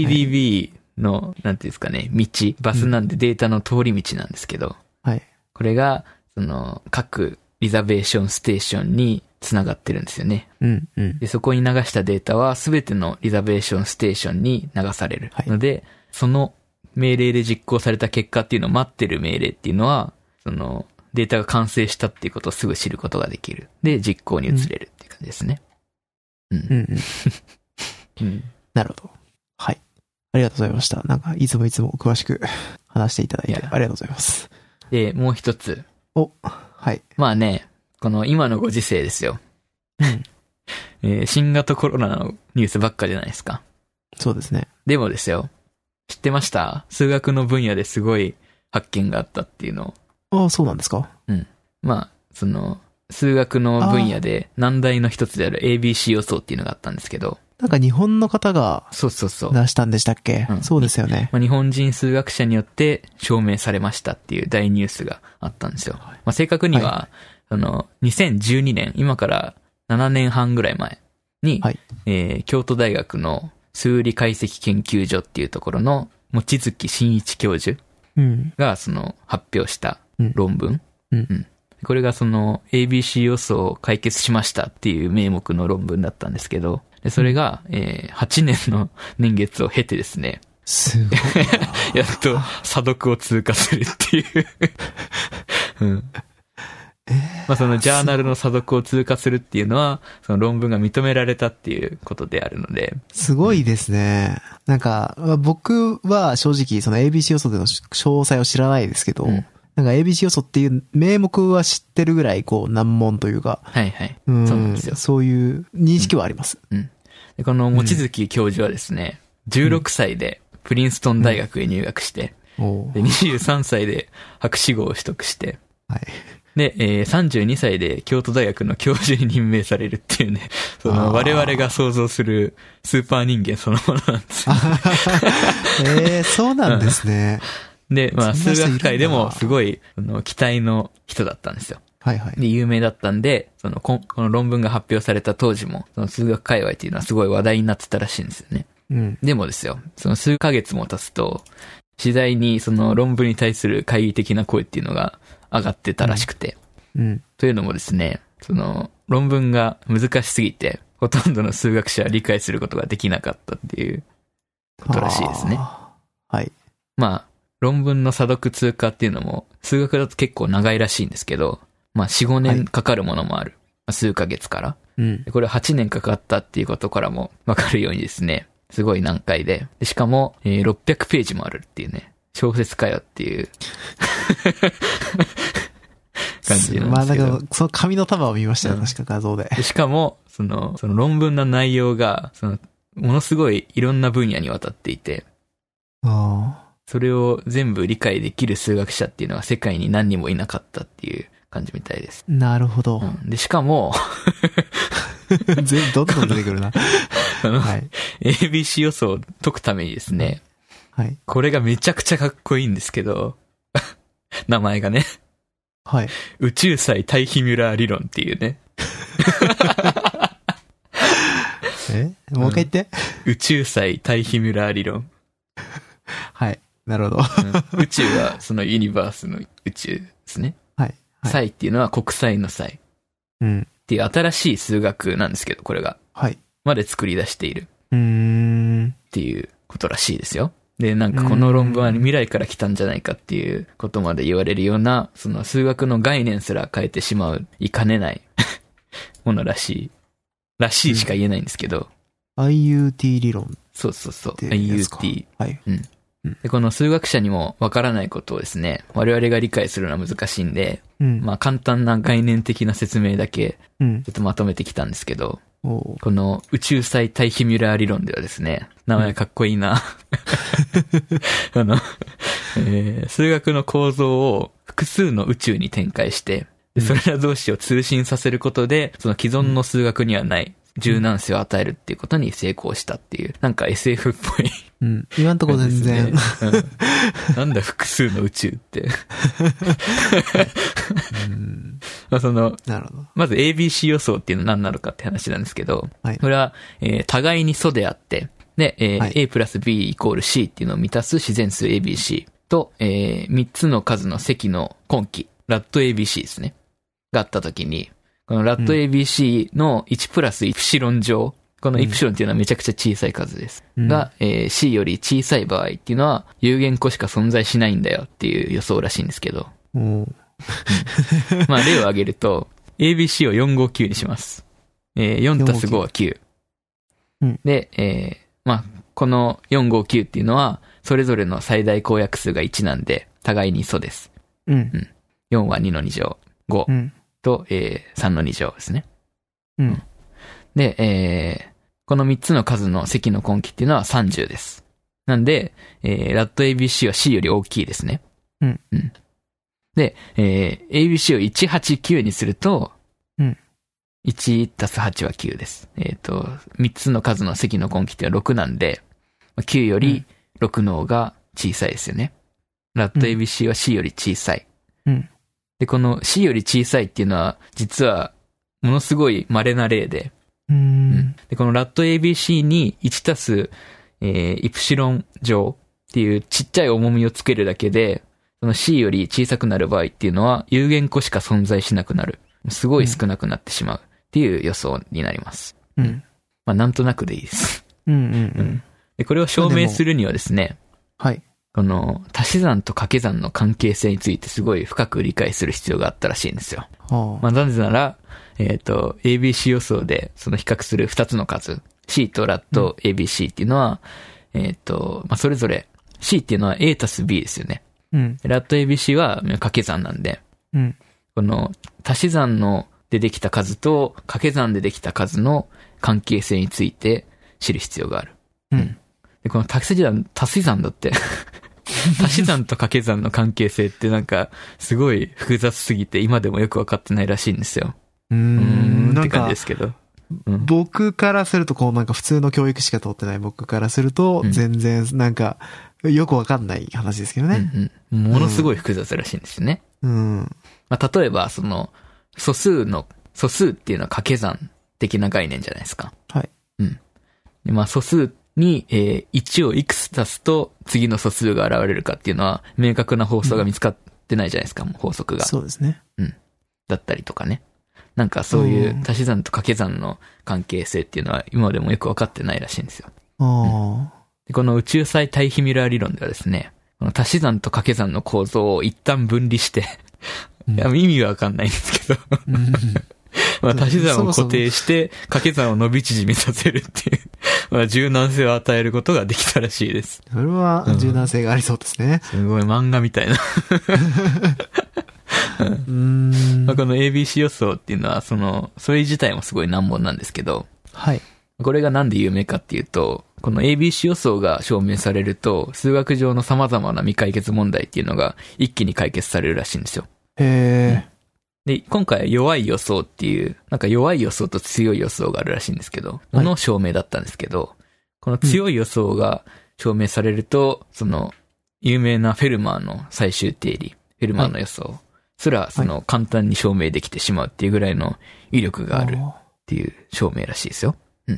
CDB の、なんていうんですかね、バスなんでデータの通り道なんですけど、これが、各リザベーションステーションに繋がってるんですよね。で、そこに流したデータはすべてのリザベーションステーションに流されるので、その命令で実行された結果っていうのを待ってる命令っていうのは、データが完成したっていうことをすぐ知ることができる。で、実行に移れるっていう感じですね。 なるほど。はい。ありがとうございました。なんか、いつも詳しく話していただいてありがとうございます。 で、もう一つ。 はい。 まあね、この今のご時世ですよ。新型コロナのニュースばっかじゃないですか。 そうですね。 でもですよ。知ってました？数学の分野ですごい発見があったっていうのを。 そうなんですか？ まあ、数学の分野で難題の一つである ABC 予想っていうのがあったんですけど。 なんか日本の方が出したんでしたっけ？そうですよね。 日本人数学者によって証明されましたっていう大ニュースがあったんですよ。正確には、2012年、今から7年半ぐらい前に、京都大学の数理解析研究所っていうところの望月真一教授が発表した論文。これがABC 予想を解決しましたっていう名目の論文だったんですけど、それが、8年の年月を経てですね。 すごい。 やっと査読を通過するっていう。まあジャーナルの査読を通過するっていうのは、その論文が認められたっていうことであるので。 すごいですね。なんか、僕は正直ABC 予想での詳細を知らないですけど、なんか ABC 予想っていう名目は知ってるぐらい難問というか。 そうなんですよ。 そういう認識はあります。 でこの望月教授はですね、16歳でプリンストン大学へ入学して、で23歳で博士号を取得して、で、32歳で京都大学の教授に任命されるっていうね、我々が想像するスーパー人間そのものなんですよ。 そうなんですね。 で、まあ、数学界でもすごい、期待の人だったんですよ。で、有名だったんで、この論文が発表された当時も、数学界隈っていうのはすごい話題になってたらしいんですよね。でもですよ、数ヶ月も経つと、次第に論文に対する懐疑的な声っていうのが上がってたらしくて。というのもですね、論文が難しすぎて、ほとんどの数学者は理解することができなかったっていうことらしいですね。まあ、論文の査読通過っていうのも、数学だと結構長いらしいんですけど、まあ4、5年かかるものもある。数ヶ月から。これ8年かかったっていうことからもわかるようにですね、すごい難解で。しかも、600ページもあるっていうね。 小説かよっていう感じなんですけど。 まあなんか、その紙の束を見ましたよ、確か画像で。 しかも、その論文の内容が、ものすごいいろんな分野にわたっていて、それを全部理解できる数学者っていうのは世界に何人もいなかったっていう感じみたいです。 なるほど。 で、しかも、 どんどん出てくるな。 はい、ABC 予想を解くためにですね、 はい。 これがめちゃくちゃかっこいいんですけど、名前がね。 はい。 宇宙際対比ミュラー理論っていうね。 もう一回言って、 宇宙際対比ミュラー理論。 はい。なるほど。 宇宙はそのユニバースの宇宙ですね。 はい。 際っていうのは国際の際。 うん。 っていう新しい数学なんですけど、これが。 はい。 まで作り出している。っていうことらしいですよ。で、なんかこの論文は未来から来たんじゃないかっていうことまで言われるような、その数学の概念すら変えてしまいかねないものらしい。らしいしか言えないんですけど。 IUT 理論。 そうそうそう。IUT。 はい。 うん。で、この数学者にもわからないことをですね、我々が理解するのは難しいんで、まあ簡単な概念的な説明だけ、ちょっとまとめてきたんですけど、この宇宙際対比ミュラー理論ではですね、名前かっこいいな。数学の構造を複数の宇宙に展開して、それら同士を通信させることで、その既存の数学にはない柔軟性を与えるっていうことに成功したっていう、なんか SF っぽい。 うん。今んとこ全然。 なんだ複数の宇宙って。まあなるほど。 まず ABC 予想っていうのは何なのかって話なんですけど、 はい、 これは、互いに素であって、で、はい、A プラス B イコール C っていうのを満たす自然数 ABC と、3つの数の積の根気、ラット ABC ですね。があったときに、このラット ABC の1プラスイプシロン乗、このイプシロンっていうのはめちゃくちゃ小さい数です。が、C より小さい場合っていうのは有限個しか存在しないんだよっていう予想らしいんですけど。まあ例を挙げると、ABC を459にします。4たす5は9。で、まあこの459っていうのはそれぞれの最大公約数が1なんで互いに素です。4は2の2乗、5と、3の2乗ですね。で、この3つの数の積の根気っていうのは30です。なんで、ラット ABC は C より大きいですね。で、ABC を189にすると、1たす8は9です。3つの数の積の根気っていうのは6なんで、9より6の方が小さいですよね。ラット ABC は C より小さい。で、この C より小さいっていうのは、実は、ものすごい稀な例で、で、このラット ABC に1たす、イプシロン乗っていうちっちゃい重みをつけるだけで、その C より小さくなる場合っていうのは有限個しか存在しなくなる。すごい少なくなってしまうっていう予想になります。まあなんとなくでいいです。で、これを証明するにはですね、 はい。 この足し算と掛け算の関係性についてすごい深く理解する必要があったらしいんですよ。まあなぜなら、ABC 予想でその比較する2つの数、C とラット ABC っていうのは、まあそれぞれ C っていうのは A たす B ですよね。ラット ABC は掛け算なんで、この足し算のでできた数と掛け算でできた数の関係性について知る必要がある。でこの足し算だって足し算と掛け算の関係性ってなんかすごい複雑すぎて今でもよくわかってないらしいんですよ。って感じですけど。 僕からするとこうなんか普通の教育しか通ってない僕からすると全然なんかよくわかんない話ですけどね。 ものすごい複雑らしいんですよね。まあ、例えばその素数っていうのは掛け算的な概念じゃないですか。 はい。 でまあ素数に、1をいくつ足すと次の素数が現れるかっていうのは明確な法則が見つかってないじゃないですか、もう法則が。 そうですね。 だったりとかね。なんかそういう足し算と掛け算の関係性っていうのは今でもよくわかってないらしいんですよ。でこの宇宙際対比ミラー理論ではですね、この足し算と掛け算の構造を一旦分離していや意味はわかんないんですけどまあ足し算を固定して掛け算を伸び縮みさせるっていうまあ柔軟性を与えることができたらしいです。 それは柔軟性がありそうですね。 すごい漫画みたいな。まあ、この ABC 予想っていうのは、それ自体もすごい難問なんですけど、 はい。 これがなんで有名かっていうと、この ABC 予想が証明されると、数学上の様々な未解決問題っていうのが一気に解決されるらしいんですよ。 へー。 で、今回は弱い予想っていう、なんか弱い予想と強い予想があるらしいんですけど、この証明だったんですけど、この強い予想が証明されると、有名なフェルマーの最終定理、フェルマーの予想すら、簡単に証明できてしまうっていうぐらいの威力があるっていう証明らしいですよ。うん。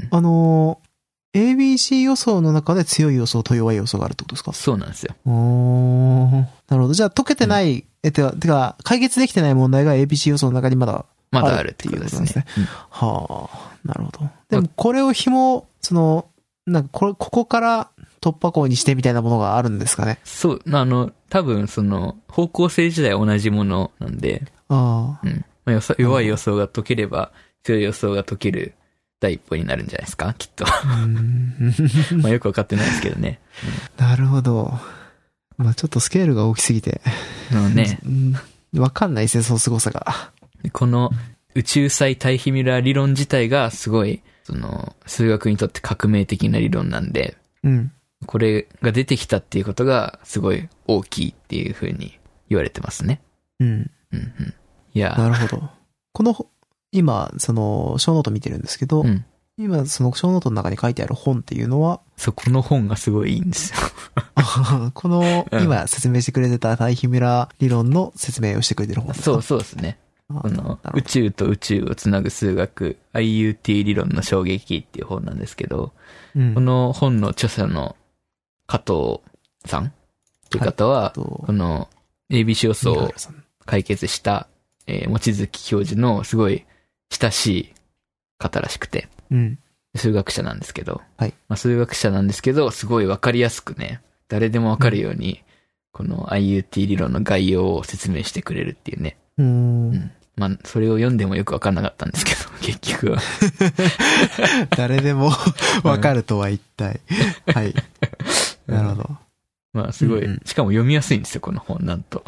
ABC 予想の中で強い予想と弱い予想があるってことですか？ そうなんですよ。 なるほど。じゃあ解けてない、てか、解決できてない問題が ABC 予想の中にまだあるっていうことですね。 はあ、なるほど。でもこれをなんかここから突破口にしてみたいなものがあるんですかね？ そう、多分方向性自体同じものなんで、うん。まあ、弱い予想が解ければ、強い予想が解ける第一歩になるんじゃないですかきっと。まあよくわかってないですけどね。 なるほど。まあちょっとスケールが大きすぎて。 ね。 わかんないですね、その凄さが。 この宇宙際対比ミラー理論自体がすごい、数学にとって革命的な理論なんで、これが出てきたっていうことがすごい大きいっていう風に言われてますね。いや。 なるほど。今、ショーノート見てるんですけど、今、ショーノートの中に書いてある本っていうのは、 この本がすごいいいんですよ。 今説明してくれてた対比ミラー理論の説明をしてくれてる本ですか？ そうですね。宇宙と宇宙をつなぐ数学、IUT 理論の衝撃っていう本なんですけど、この本の著者の加藤さんっていう方は、この ABC 予想を解決した、望月教授のすごい親しい方らしくて、数学者なんですけど、数学者なんですけど、すごいわかりやすくね、誰でもわかるように、この IUT 理論の概要を説明してくれるっていうね。まあ、それを読んでもよくわかんなかったんですけど、結局は。 誰でもわかるとは一体。はい。なるほど。 まあ、すごい、しかも読みやすいんですよ、この本、なんと。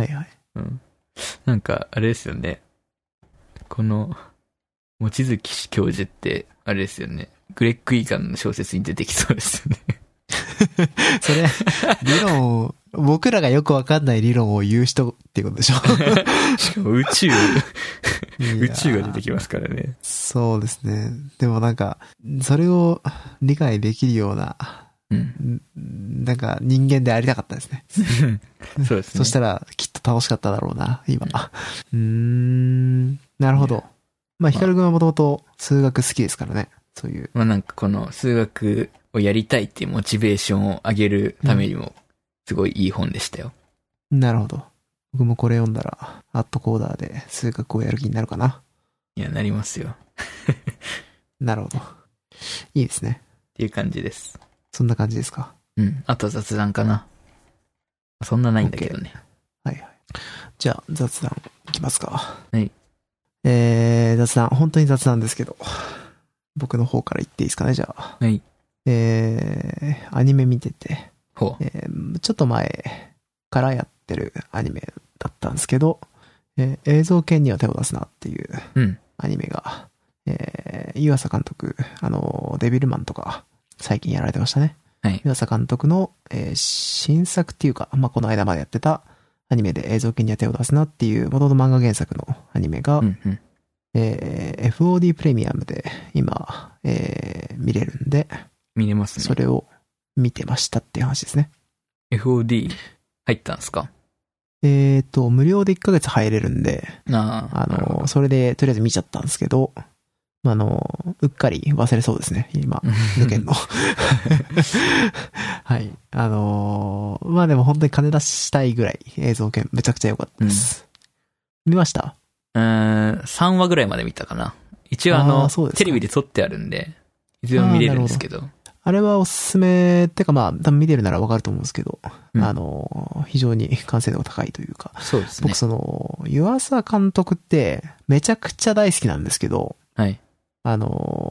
なんか、あれですよね。この、望月教授って、あれですよね。グレッグ・イーガンの小説に出てきそうですよね。 それ、理論を、僕らがよくわかんない理論を言う人っていうことでしょ。 しかも宇宙が出てきますからね。 そうですね。でもなんか、それを理解できるような、なんか人間でありたかったですね。 そうですね。 そしたらきっと楽しかっただろうな、今。なるほど。まあ、ヒカル君はもともと数学好きですからね。そういう。 まあなんかこの数学をやりたいっていうモチベーションを上げるためにも、すごいいい本でしたよ。 なるほど。僕もこれ読んだら、アットコーダーで数学をやる気になるかな。 いや、なりますよ。 なるほど。いいですね。 っていう感じです。 そんな感じですか。 あと雑談かな。そんなないんだけどね。 はいはい。じゃあ、雑談いきますか。 はい。 雑談、本当に雑談ですけど、僕の方から言っていいですかね、じゃあ。 はい。 アニメ見てて、ちょっと前からやってるアニメだったんですけど、映像系には手を出すなっていうアニメが、湯浅監督、デビルマンとか最近やられてましたね。 はい。 湯浅監督の、新作っていうか、まあ、この間までやってたアニメで映像系には手を出すなっていう元々漫画原作のアニメが、FOD プレミアムで今、見れるんで、 見れますね。 それを見てましたっていう話ですね。 FOD 入ったんですか？ 無料で1ヶ月入れるんで、それでとりあえず見ちゃったんですけど、うっかり忘れそうですね、今、抜けんの。はい。まあでも本当に金出したいぐらい映像系めちゃくちゃ良かったです。見ました？ 3話ぐらいまで見たかな。一応テレビで撮ってあるんで、いつでも見れるんですけど。 あれはおすすめってかまあ、多分見てるならわかると思うんですけど、非常に完成度が高いというか。 そうですね。 僕湯浅監督ってめちゃくちゃ大好きなんですけど、 はい。 結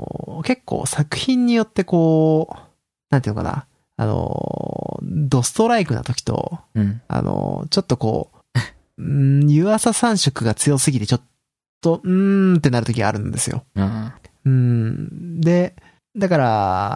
結構作品によってこう、なんていうのかな、ドストライクな時と、ちょっとこう、湯浅三色が強すぎてちょっと、ってなる時があるんですよ。で、だから、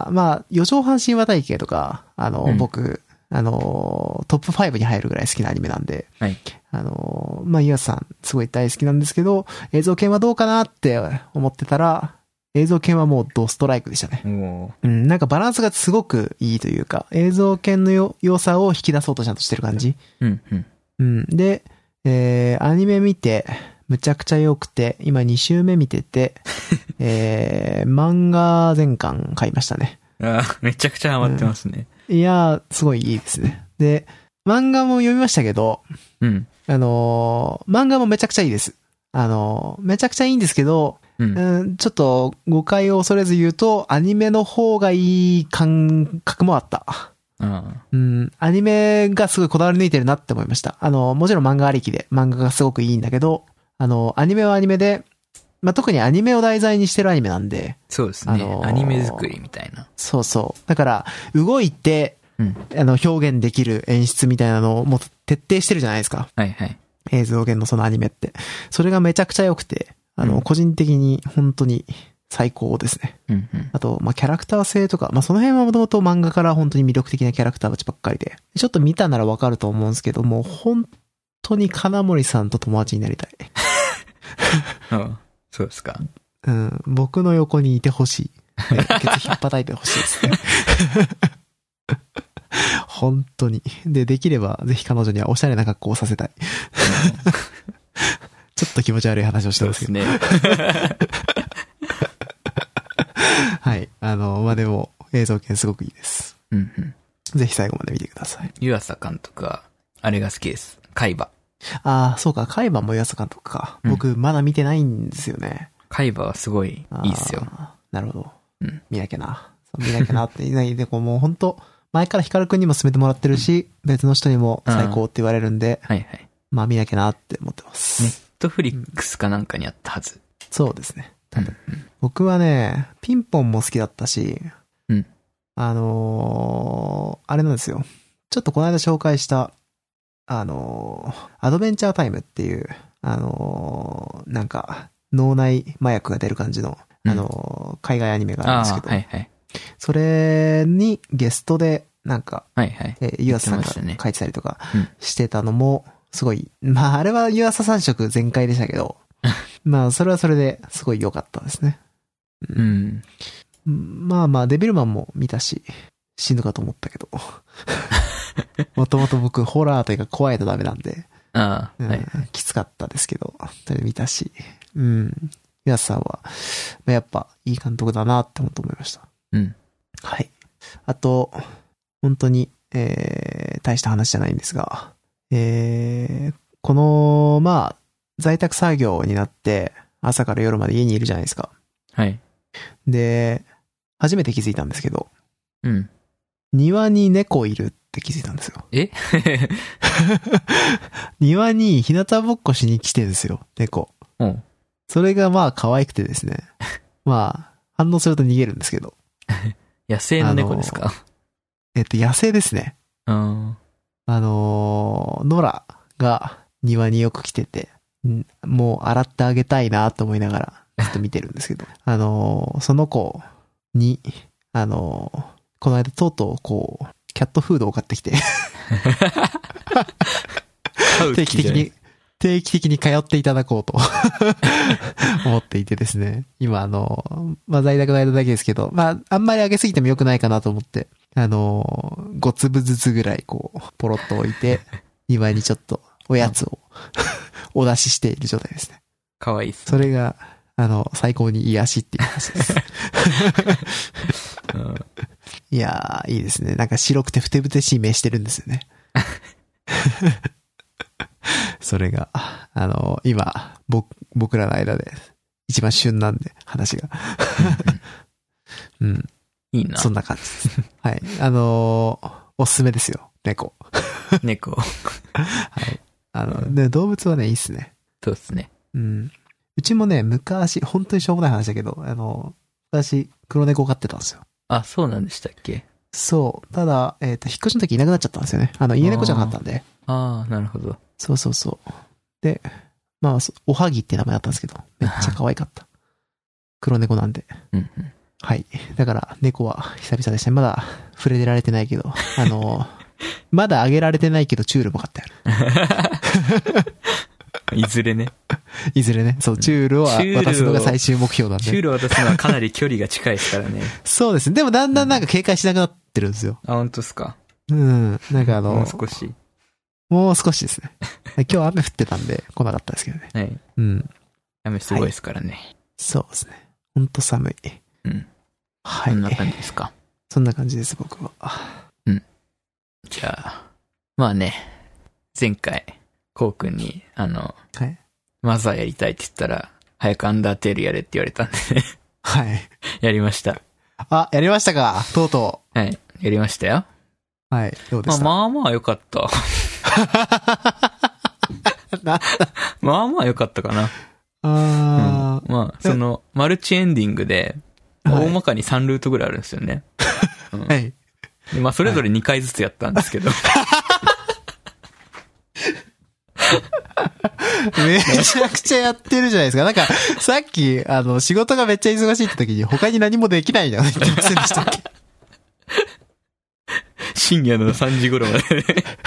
まあ、四畳半神話体系とか、僕、トップ5に入るぐらい好きなアニメなんで、 はい、 まあ、湯浅さん、すごい大好きなんですけど、映像系はどうかなって思ってたら、映像系はもうドストライクでしたね。なんかバランスがすごくいいというか、映像系の良さを引き出そうとちゃんとしてる感じ。で、アニメ見て、むちゃくちゃ良くて、今2週目見てて、漫画全巻買いましたね。 めちゃくちゃハマってますね。 いやー、すごいいいですね。で、漫画も読みましたけど、漫画もめちゃくちゃいいです。めちゃくちゃいいんですけど、ちょっと誤解を恐れず言うと、アニメの方がいい感覚もあった。アニメがすごいこだわり抜いてるなって思いました。もちろん漫画ありきで、漫画がすごくいいんだけど、アニメはアニメで、まあ、特にアニメを題材にしてるアニメなんで。 そうですね。アニメ作りみたいな。 そうそう。だから、動いて、表現できる演出みたいなのをもう徹底してるじゃないですか。 はいはい。 映像系のそのアニメって。それがめちゃくちゃ良くて、個人的に本当に最高ですね。あと、まあ、キャラクター性とか、まあ、その辺はもともと漫画から本当に魅力的なキャラクターたちばっかりで。ちょっと見たならわかると思うんですけども、本当に金森さんと友達になりたい。 そうですか。 僕の横にいてほしい。ケツ引っ叩いてほしいですね。本当に。できれば、ぜひ彼女にはおしゃれな格好をさせたい。ちょっと気持ち悪い話をしてますけど。そうですね。はい。まあ、でも、映像系すごくいいです。ぜひ最後まで見てください。 湯浅監督は、あれが好きです。海馬。 ああ、そうか。海馬も湯浅監督か。僕、まだ見てないんですよね。 海馬はすごいいいっすよ。 なるほど。見なきゃな。見なきゃなって言いないで、もう本当前からヒカルくんにも勧めてもらってるし、別の人にも最高って言われるんで、まあ見なきゃなって思ってます。 ネットフリックスかなんかにあったはず。 そうですね。多分。僕はね、ピンポンも好きだったし、あれなんですよ。ちょっとこの間紹介した、アドベンチャータイムっていう、なんか、脳内麻薬が出る感じの、海外アニメがあるんですけど、それにゲストで、なんか、湯浅さんが書いてたりとかしてたのも、すごい、まあ、あれは湯浅三色全開でしたけど、まあ、それはそれですごい良かったですね。まあまあ、デビルマンも見たし、死ぬかと思ったけど。もともと僕、ホラーというか怖いとダメなんで、きつかったですけど、それ見たし、湯浅さんは、やっぱいい監督だなって思いました。はい。あと、本当に、大した話じゃないんですが、この、まあ、在宅作業になって、朝から夜まで家にいるじゃないですか。 はい。 で、初めて気づいたんですけど、庭に猫いるって気づいたんですよ。庭に日向ぼっこしに来てるんですよ、猫。それがまあ可愛くてですね。まあ、反応すると逃げるんですけど。 野生の猫ですか？ 野生ですね。野良が庭によく来てて、もう洗ってあげたいなと思いながら、ずっと見てるんですけど。その子に、この間とうとうこう、キャットフードを買ってきて。定期的に通っていただこうと思っていてですね。今まあ、在宅の間だけですけど、まあ、あんまり上げすぎても良くないかなと思って、5粒ずつぐらいこう、ポロッと置いて、庭にちょっとおやつをお出ししている状態ですね。 かわいいっすね。 それが、最高に癒しっていう話です。いやー、いいですね。なんか白くてふてぶてしい目してるんですよね。それが、今、僕らの間で一番旬なんで、話が。 いいな。 そんな感じです。はい。おすすめですよ、猫。 猫。 はい。で動物はね、いいっすね。 そうっすね。 うちもね、昔、本当にしょうもない話だけど、私、 黒猫飼ってたんですよ。 あ、そうなんでしたっけ？ そう。ただ、引っ越しの時いなくなっちゃったんですよね。家猫じゃなかったんで。 ああ、なるほど。 そうそうそう。で、まあ、おはぎって名前だったんですけど、めっちゃ可愛かった。黒猫なんで。 うんうん。 はい。だから、猫は久々でしたね。まだ触れられてないけど、まだあげられてないけど、チュールも買ってある。 いずれね。 いずれね。そう、チュールを渡すのが最終目標なんで。 チュールを渡すのはかなり距離が近いですからね。 そうですね。でもだんだんなんか警戒しなくなってるんですよ。 あ、本当ですか。 うん。なんかもう少し。 もう少しですね。今日雨降ってたんで来なかったですけどね。 はい。 うん。 雨すごいですからね。はい、 そうですね。ほんと寒い。 うん。 はい。 そんな感じですか。 そんな感じです、僕は。 うん。じゃあ、まあね、前回、こうくんに、はい。マザーやりたいって言ったら、早くアンダーテールやれって言われたんでね。 はい。 やりました。 あ、やりましたか、とうとう。はい。やりましたよ。 はい。どうでした？ まあまあ良かった。まあまあ良かったかな。 まあ、マルチエンディングで、大まかに3ルートぐらいあるんですよね。 はい。 でまあ、それぞれ2回ずつやったんですけど。 めちゃくちゃやってるじゃないですか。なんか、さっき、仕事がめっちゃ忙しいって時に他に何もできないみたいな言ってませんでしたっけ？ 深夜の3時頃までね。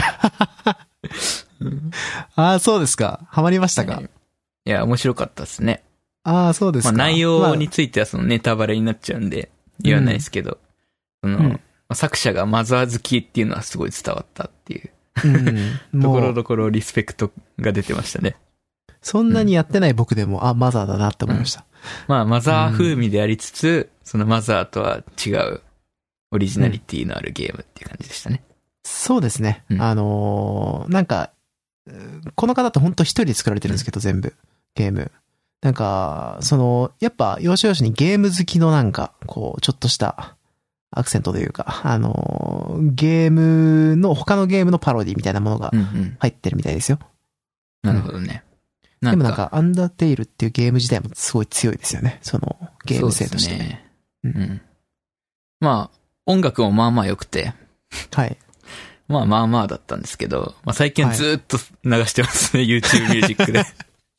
ああ、そうですか。ハマりましたか？ いや、面白かったですね。 ああ、そうですか。 まあ、内容についてはそのネタバレになっちゃうんで、言わないですけど、作者がマザー好きっていうのはすごい伝わったっていう。ところどころリスペクトが出てましたね。 そんなにやってない僕でも、マザーだなって思いました。 まあ、マザー風味でありつつ、そのマザーとは違うオリジナリティのあるゲームっていう感じでしたね。 そうですね。なんか、この方って本当一人で作られてるんですけど、全部。ゲーム。なんか、やっぱ、要所要所にゲーム好きのなんか、こう、ちょっとしたアクセントというか、ゲームの、他のゲームのパロディみたいなものが入ってるみたいですよ。 なるほどね。 でもなんか、アンダーテイルっていうゲーム自体もすごい強いですよね。ゲーム性として。そうですね。 まあ、音楽もまあまあ良くて。 はい。 まあまあまあだったんですけど、まあ最近ずっと流してますね、YouTube ミュージックで。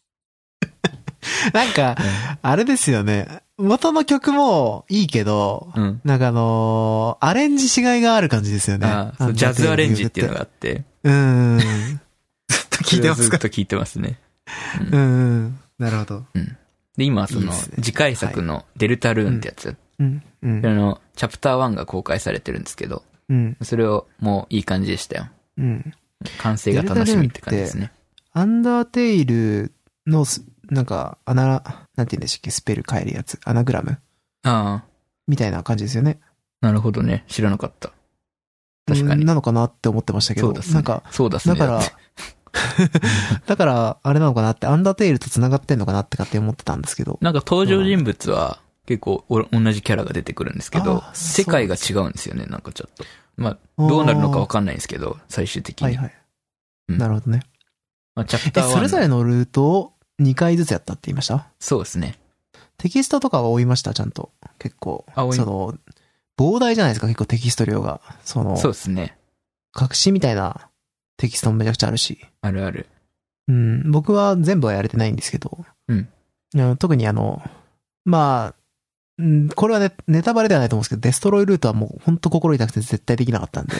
なんか、あれですよね。元の曲もいいけど、なんかアレンジしがいがある感じですよね。 ジャズアレンジっていうのがあって。 ずっと聞いてますか？ ずっと聞いてますね。 なるほど。 で、今次回作のデルタルーンってやつ。チャプター1が公開されてるんですけど、それをもういい感じでしたよ。完成が楽しみって感じですね。 アンダーテイルの、なんか、なんて言うんでしたっけ、スペル変えるやつ。アナグラムみたいな感じですよね。 なるほどね。知らなかった。確かに。 なのかなって思ってましたけど。なんか、 そうだね。 だから、あれなのかなって、アンダーテイルと繋がってんのかなって勝手に思ってたんですけど。 なんか登場人物は結構同じキャラが出てくるんですけど、世界が違うんですよね、なんかちょっと。まあ、どうなるのかわかんないんですけど、最終的に。 はいはい。なるほどね。 まあ、チャプター1。 それぞれのルートを2回ずつやったって言いました？ そうですね。 テキストとかは追いました、ちゃんと。結構。膨大じゃないですか、結構テキスト量が。 そうですね。 隠しみたいなテキストもめちゃくちゃあるし。 あるある。 僕は全部はやれてないんですけど。特にまあ、これはね、ネタバレではないと思うんですけど、デストロイルートはもう本当心痛くて絶対できなかったんで。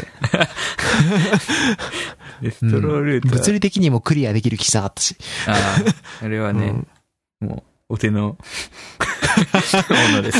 デストロイルート、 物理的にもクリアできる気しなかったし。 あれはね、もう、お手のものです。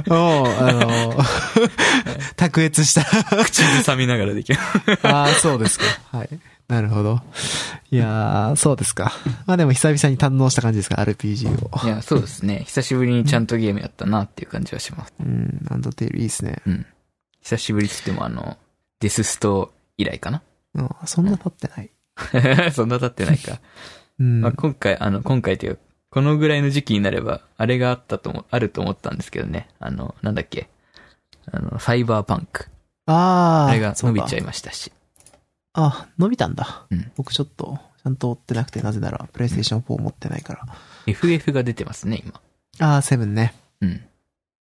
卓越した。 口ずさみながらできる。 そうですか。はい。なるほど。いやー、そうですか。まあでも久々に堪能した感じですか、RPG を。 いや、そうですね。久しぶりにちゃんとゲームやったなっていう感じはします。 アンダーテイルいいですね。 久しぶりって言ってもデススト以来かな。 そんな経ってない。 そんな経ってないか。まあ今回というか、このぐらいの時期になれば、あれがあると思ったんですけどね。なんだっけ。サイバーパンク。あれが伸びちゃいましたし。 伸びたんだ。僕ちょっと、ちゃんと追ってなくて、なぜなら、プレイステーション4持ってないから。 FF が出てますね、今。 7ね。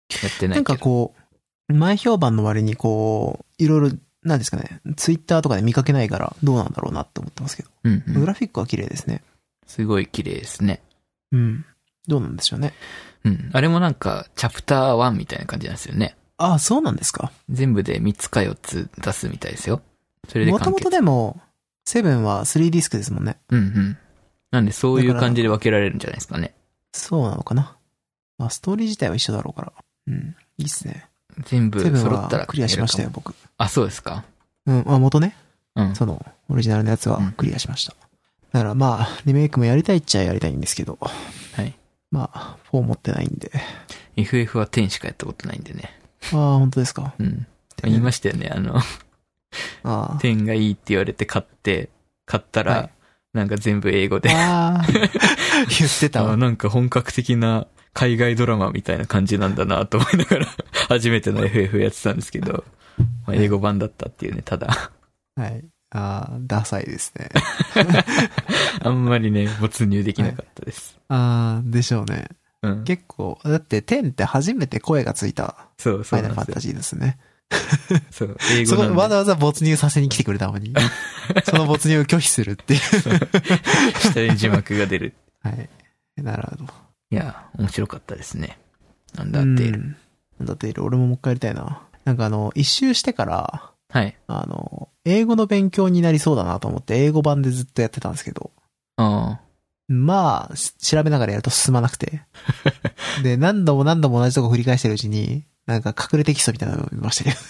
やってないけど。 なんかこう、前評判の割にこう、いろいろ、なんですかね、ツイッターとかで見かけないからどうなんだろうなって思ってますけど。 うんうん、 グラフィックは綺麗ですね。 すごい綺麗ですね。 うん。どうなんでしょうね。 うん。あれもなんか、チャプター1みたいな感じなんですよね。 ああ、そうなんですか。 全部で3つか4つ出すみたいですよ。それでもともとでも、7は3ディスクですもんね。 うんうん。なんでそういう感じで分けられるんじゃないですかね。 そうなのかな。まあ、ストーリー自体は一緒だろうから。うん。いいっすね。 全部揃ったらクリアしましたよ、僕。 あ、そうですか。 うん。まあ、元ね。 うん。 その、オリジナルのやつはクリアしました。だからまあ、リメイクもやりたいっちゃやりたいんですけど。 はい。 まあ、4持ってないんで。 FF は10しかやったことないんでね。 ああ、本当ですか。 うん。言いましたよね、10がいいって言われて買ったら、はい、なんか全部英語で。 ああ、言ってたわ。 なんか本格的な海外ドラマみたいな感じなんだなと思いながら、初めての FF やってたんですけど、まあ、英語版だったっていうね、ただ。 はい。ああ、ダサいですね。 あんまりね、没入できなかったです。 はい、ああ、でしょうね。 うん、 結構、だって10って初めて声がついたファイナルファンタジーですね。 そう、英語なんで。 そこわざわざ没入させに来てくれたのに、その没入を拒否するっていう。 下に字幕が出る。 はい。なるほど。 いや、面白かったですね。アンダーテール。 アンダーテール、俺ももう一回やりたいな。なんか一周してから、 はい。 英語の勉強になりそうだなと思って、英語版でずっとやってたんですけど。 ああ。 まあ、調べながらやると進まなくて。で、何度も同じとこ繰り返してるうちに、なんか隠れテキストみたいなのを見ましたけど。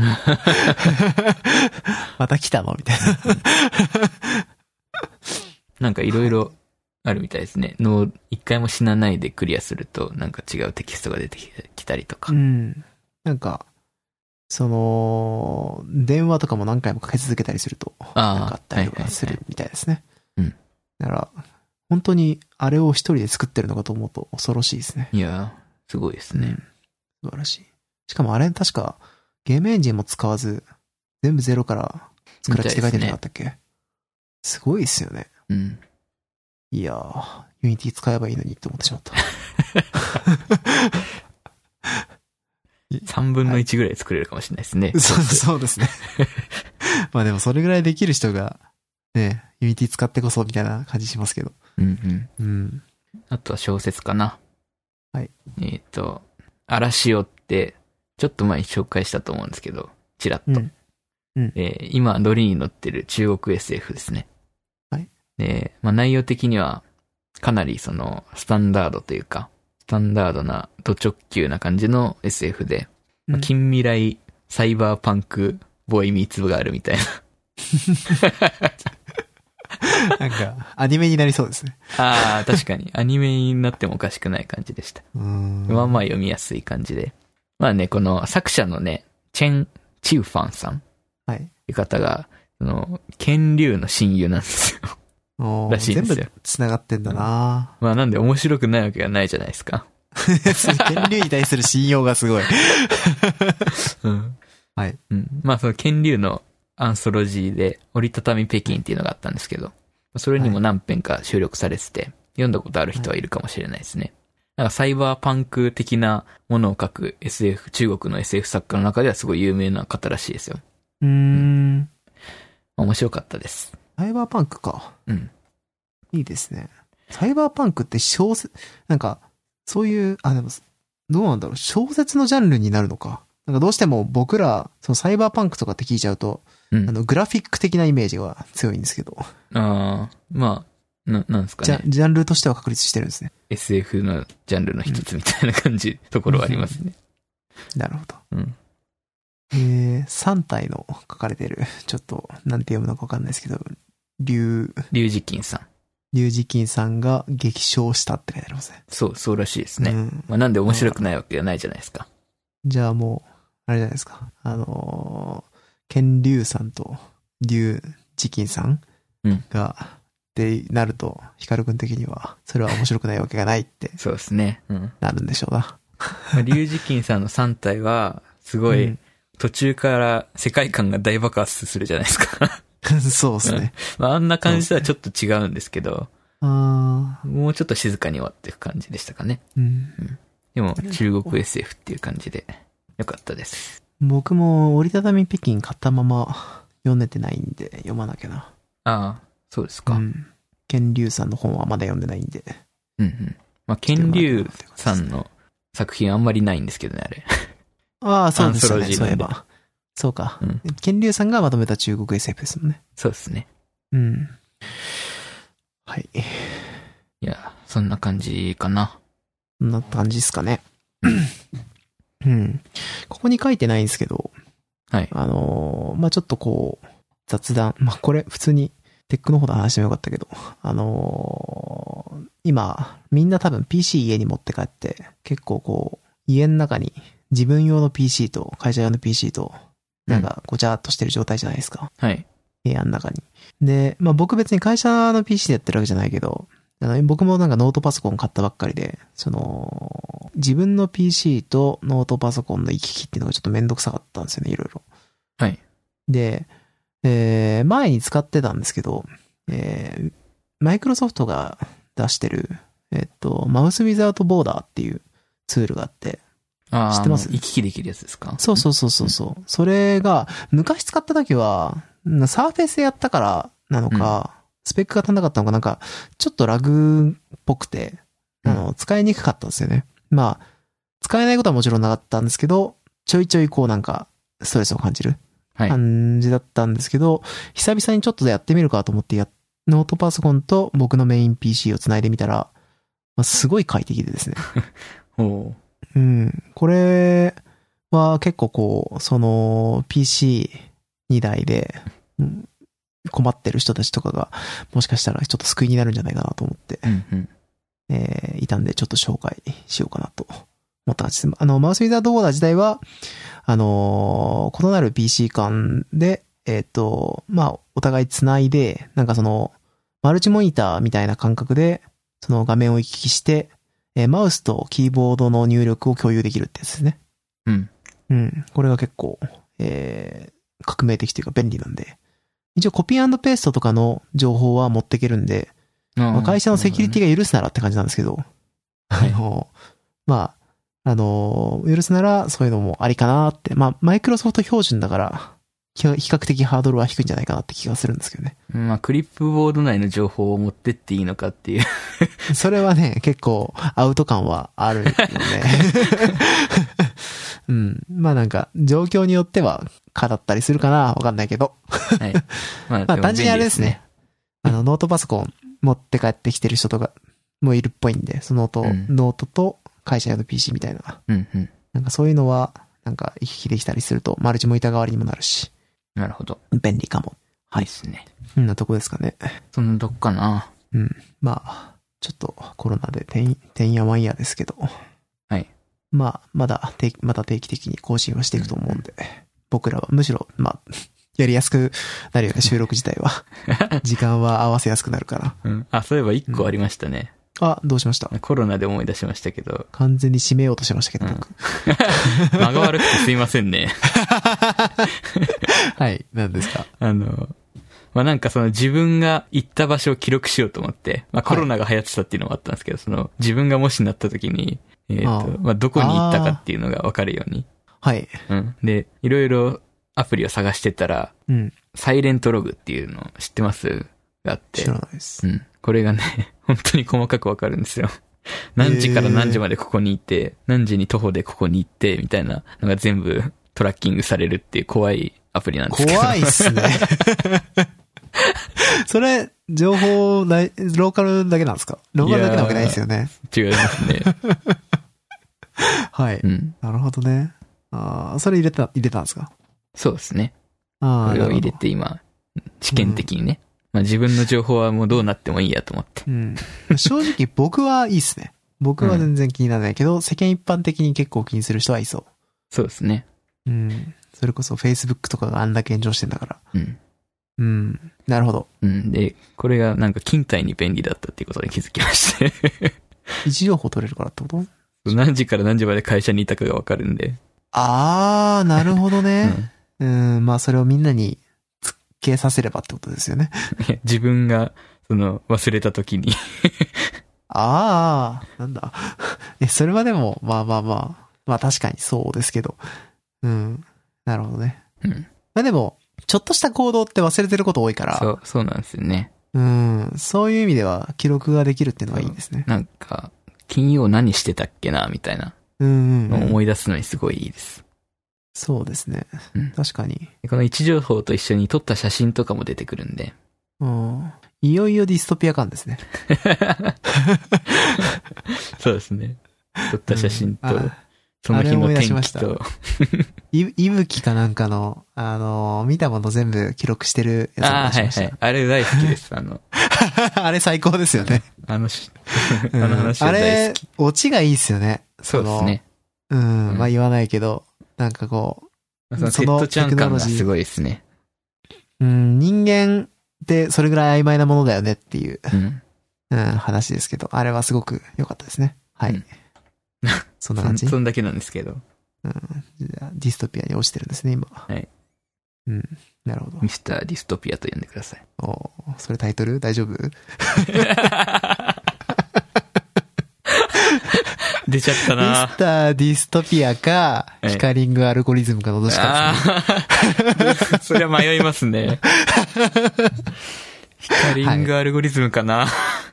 また来たのみたいな。 なんかいろいろあるみたいですね。一回も死なないでクリアすると、なんか違うテキストが出てきたりとか。 うん。なんか、電話とかも何回もかけ続けたりすると、なんかあったりとかするみたいですね。 うん。 だから、本当にあれを一人で作ってるのかと思うと恐ろしいですね。 いやー、すごいですね。 素晴らしい。しかもあれ確かゲームエンジンも使わず、全部ゼロからスクラッチって書いてなかったっけ？すごいですよね。 うん。 いやー、ユニティ使えばいいのにって思ってしまった。 3分の1ぐらい作れるかもしれないですね。 はい、そうですね。まあでもそれぐらいできる人が、ね、ユニティ使ってこそみたいな感じしますけど。 うんうん。 うん。 あとは小説かな。 はい。 荒潮って、ちょっと前に紹介したと思うんですけど、ちらっと。今、ノリに乗ってる中国 SF ですね。 はい。 まあ内容的には、かなりスタンダードというか、スタンダードな、ド直球な感じの SF で、まあ、近未来、サイバーパンク、ボーイミーツがあるみたいな。 なんか、アニメになりそうですね。 ああ、確かに。アニメになってもおかしくない感じでした。まあまあ読みやすい感じで。まあね、この作者のね、チェン・チウファンさん。 はい。 いう方が、剣竜の親友なんですよ。らしいんですよ。 全部繋がってんだな、 まあなんで面白くないわけがないじゃないですか。 剣竜に対する信用がすごい。 うん。 はい。 うん。まあその剣竜のアンソロジーで、折りたたみ北京っていうのがあったんですけど、それにも何編か収録されてて、読んだことある人はいるかもしれないですね。なんかサイバーパンク的なものを書く SF、中国の SF 作家の中ではすごい有名な方らしいですよ。面白かったです。 サイバーパンクか。 うん。 いいですね。サイバーパンクって小説、なんか、そういう、でも、どうなんだろう。小説のジャンルになるのか。なんかどうしても僕ら、サイバーパンクとかって聞いちゃうと、グラフィック的なイメージが強いんですけど。 ああ、まあ、なんですかね。 ジャンルとしては確立してるんですね。 SF のジャンルの一つみたいな感じ、ところはありますね。 なるほど。 うん。 3体の書かれてる、ちょっと、なんて読むのかわかんないですけど、龍磁金さん。 龍磁金さんが激賞したって書いてありますね。 そうらしいですね。まあなんで面白くないわけじゃないじゃないですか。 じゃあもう、あれじゃないですか。剣龍さんと龍磁金さんが、ってなると、ヒカル君的には、それは面白くないわけがないって。 そうですね。うん。 なるんでしょうな。 龍磁金さんの3体は、すごい、途中から世界観が大爆発するじゃないですか。 そうですね。 まあ、あんな感じとはちょっと違うんですけど、もうちょっと静かに終わっていく感じでしたかね。 でも中国 SF っていう感じでよかったです。 僕も折りたたみ北京買ったまま読めてないんで読まなきゃな。 ああ、そうですか。 ケンリュウさんの本はまだ読んでないんで。 うんうん。まあ、ケンリュウさんの作品あんまりないんですけどね、あれ。 ああ、そうですね。そういえば。そうか。ケンリュウさんがまとめた中国 SF ですもんね。 そうですね。 はい。 いや、そんな感じかな。 そんな感じですかね。ここに書いてないんですけど、 はい。 まあ、ちょっとこう、雑談。まあ、これ普通にテックの方で話してもよかったけど、今、みんな多分 PC 家に持って帰って、結構こう、家の中に自分用の PC と会社用の PC と、なんかごちゃっとしてる状態じゃないですか。 はい。 部屋の中に。で、まあ僕別に会社の PC でやってるわけじゃないけど、僕もなんかノートパソコン買ったばっかりで、自分の PC とノートパソコンの行き来っていうのがちょっとめんどくさかったんですよね、いろいろ。 はい。 で、前に使ってたんですけど、マイクロソフトが出してる、マウスウィザードボーダーっていうツールがあって、知ってます？ 行き来できるやつですか？ そう。それが、昔使った時は、サーフェイスでやったからなのか、スペックが足んなかったのかなんか、ちょっとラグっぽくて、使いにくかったんですよね。まあ、使えないことはもちろんなかったんですけど、ちょいちょいこうなんか、ストレスを感じる感じだったんですけど、久々にちょっとやってみるかと思ってノートパソコンと僕のメイン PC を繋いでみたら、すごい快適でですね。これは結構こう、PC2 台で、困ってる人たちとかが、もしかしたらちょっと救いになるんじゃないかなと思って、いたんでちょっと紹介しようかなと思った感じです。マウスウィザードボーダー自体は、異なる PC 間で、まあ、お互い繋いで、なんかマルチモニターみたいな感覚で、その画面を行き来して、マウスとキーボードの入力を共有できるってやつですね。これが結構、革命的というか便利なんで。一応コピー&ペーストとかの情報は持っていけるんで、会社のセキュリティが許すならって感じなんですけど、まあ、許すならそういうのもありかなって、まあ、マイクロソフト標準だから、比較的ハードルは低いんじゃないかなって気がするんですけどね。 まあ、クリップボード内の情報を持ってっていいのかっていう。 それはね、結構アウト感はあるので。まあなんか、状況によっては、だったりするかなわかんないけど。 はい。 まあ単純にあれですね。ノートパソコン持って帰ってきてる人とかもいるっぽいんで、そのノートと会社用の PC みたいな。なんかそういうのは、なんか行き来できたりすると、マルチモニター代わりにもなるし。 なるほど。 便利かも。 はい。ですね。 そんなとこですかね。 そんなとこかな。 まあ、ちょっとコロナでてんやわんやですけど。 はい。 まあ、また定期的に更新はしていくと思うんで、僕らはむしろ、まあ、やりやすくなるよね、収録自体は。時間は合わせやすくなるから。 そういえば1個ありましたね。 どうしました？ コロナで思い出しましたけど。 完全に締めようとしましたけど、僕。 間が悪くてすいませんね。 はい、何ですか？ まあ、なんか自分が行った場所を記録しようと思って、まあ、コロナが流行ってたっていうのもあったんですけど、自分がもしなった時に、まあ、どこに行ったかっていうのがわかるように。 はい。 で、いろいろアプリを探してたら、サイレントログっていうの知ってます？があって。 知らないです。 これがね、本当に細かくわかるんですよ。何時から何時までここにいて、何時に徒歩でここに行って、みたいなのが全部トラッキングされるっていう怖いアプリなんですけど。 怖いっすね。それ、情報ローカルだけなんですか？ローカルだけなわけないですよね。 違いますね。 はい。なるほどね。それ入れたんですか？そうですね。これを入れて今、試験的にね。まあ自分の情報はもうどうなってもいいやと思って。 正直僕はいいっすね。僕は全然気にならないけど、世間一般的に結構気にする人はいそう。 そうですね。 それこそ Facebook とかがあんだけ炎上してんだから。なるほど。 で、これがなんか勤怠に便利だったっていうことに気づきまして。 位置情報取れるからってこと？ 何時から何時まで会社にいたかがわかるんで。 なるほどね。まあそれをみんなに付けさせればってことですよね。 自分が、忘れた時に。 なんだ。 それはでも、まあ確かにそうですけど。うん。なるほどね。 うん。 まあでも、ちょっとした行動って忘れてること多いから。 そうなんですよね。 うん。そういう意味では記録ができるっていうのはいいですね。 なんか、金曜何してたっけなみたいな。思い出すのにすごいいいです。 そうですね。うん、確かに。 この位置情報と一緒に撮った写真とかも出てくるんで。 いよいよディストピア感ですね。 そうですね。撮った写真と、その日の天気と。 いぶきかなんかの、見たもの全部記録してるやつを出しました。 はい。あれ大好きです。 あれ最高ですよね。 あの話は大好き。 オチがいいっすよね。 そうですね。 まあ言わないけど、なんかこう、そのテッドちゃん感がすごいですね。 人間ってそれぐらい曖昧なものだよねっていう、話ですけど、あれはすごく良かったですね。はい。そんな感じ。 そんだけなんですけど。 じゃあディストピアに落ちてるんですね、今。 はい。 なるほど。 ミスターディストピアと呼んでください。 それタイトル大丈夫？ 出ちゃったな。 ミスターディストピアか、ヒカリングアルゴリズムかのどっちかですね。それは迷いますね。ヒカリングアルゴリズムかな。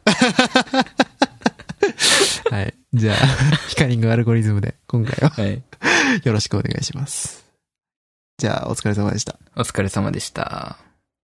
はい。じゃあ、ヒカリングアルゴリズムで今回は、 よろしくお願いします。じゃあ、お疲れ様でした。 お疲れ様でした。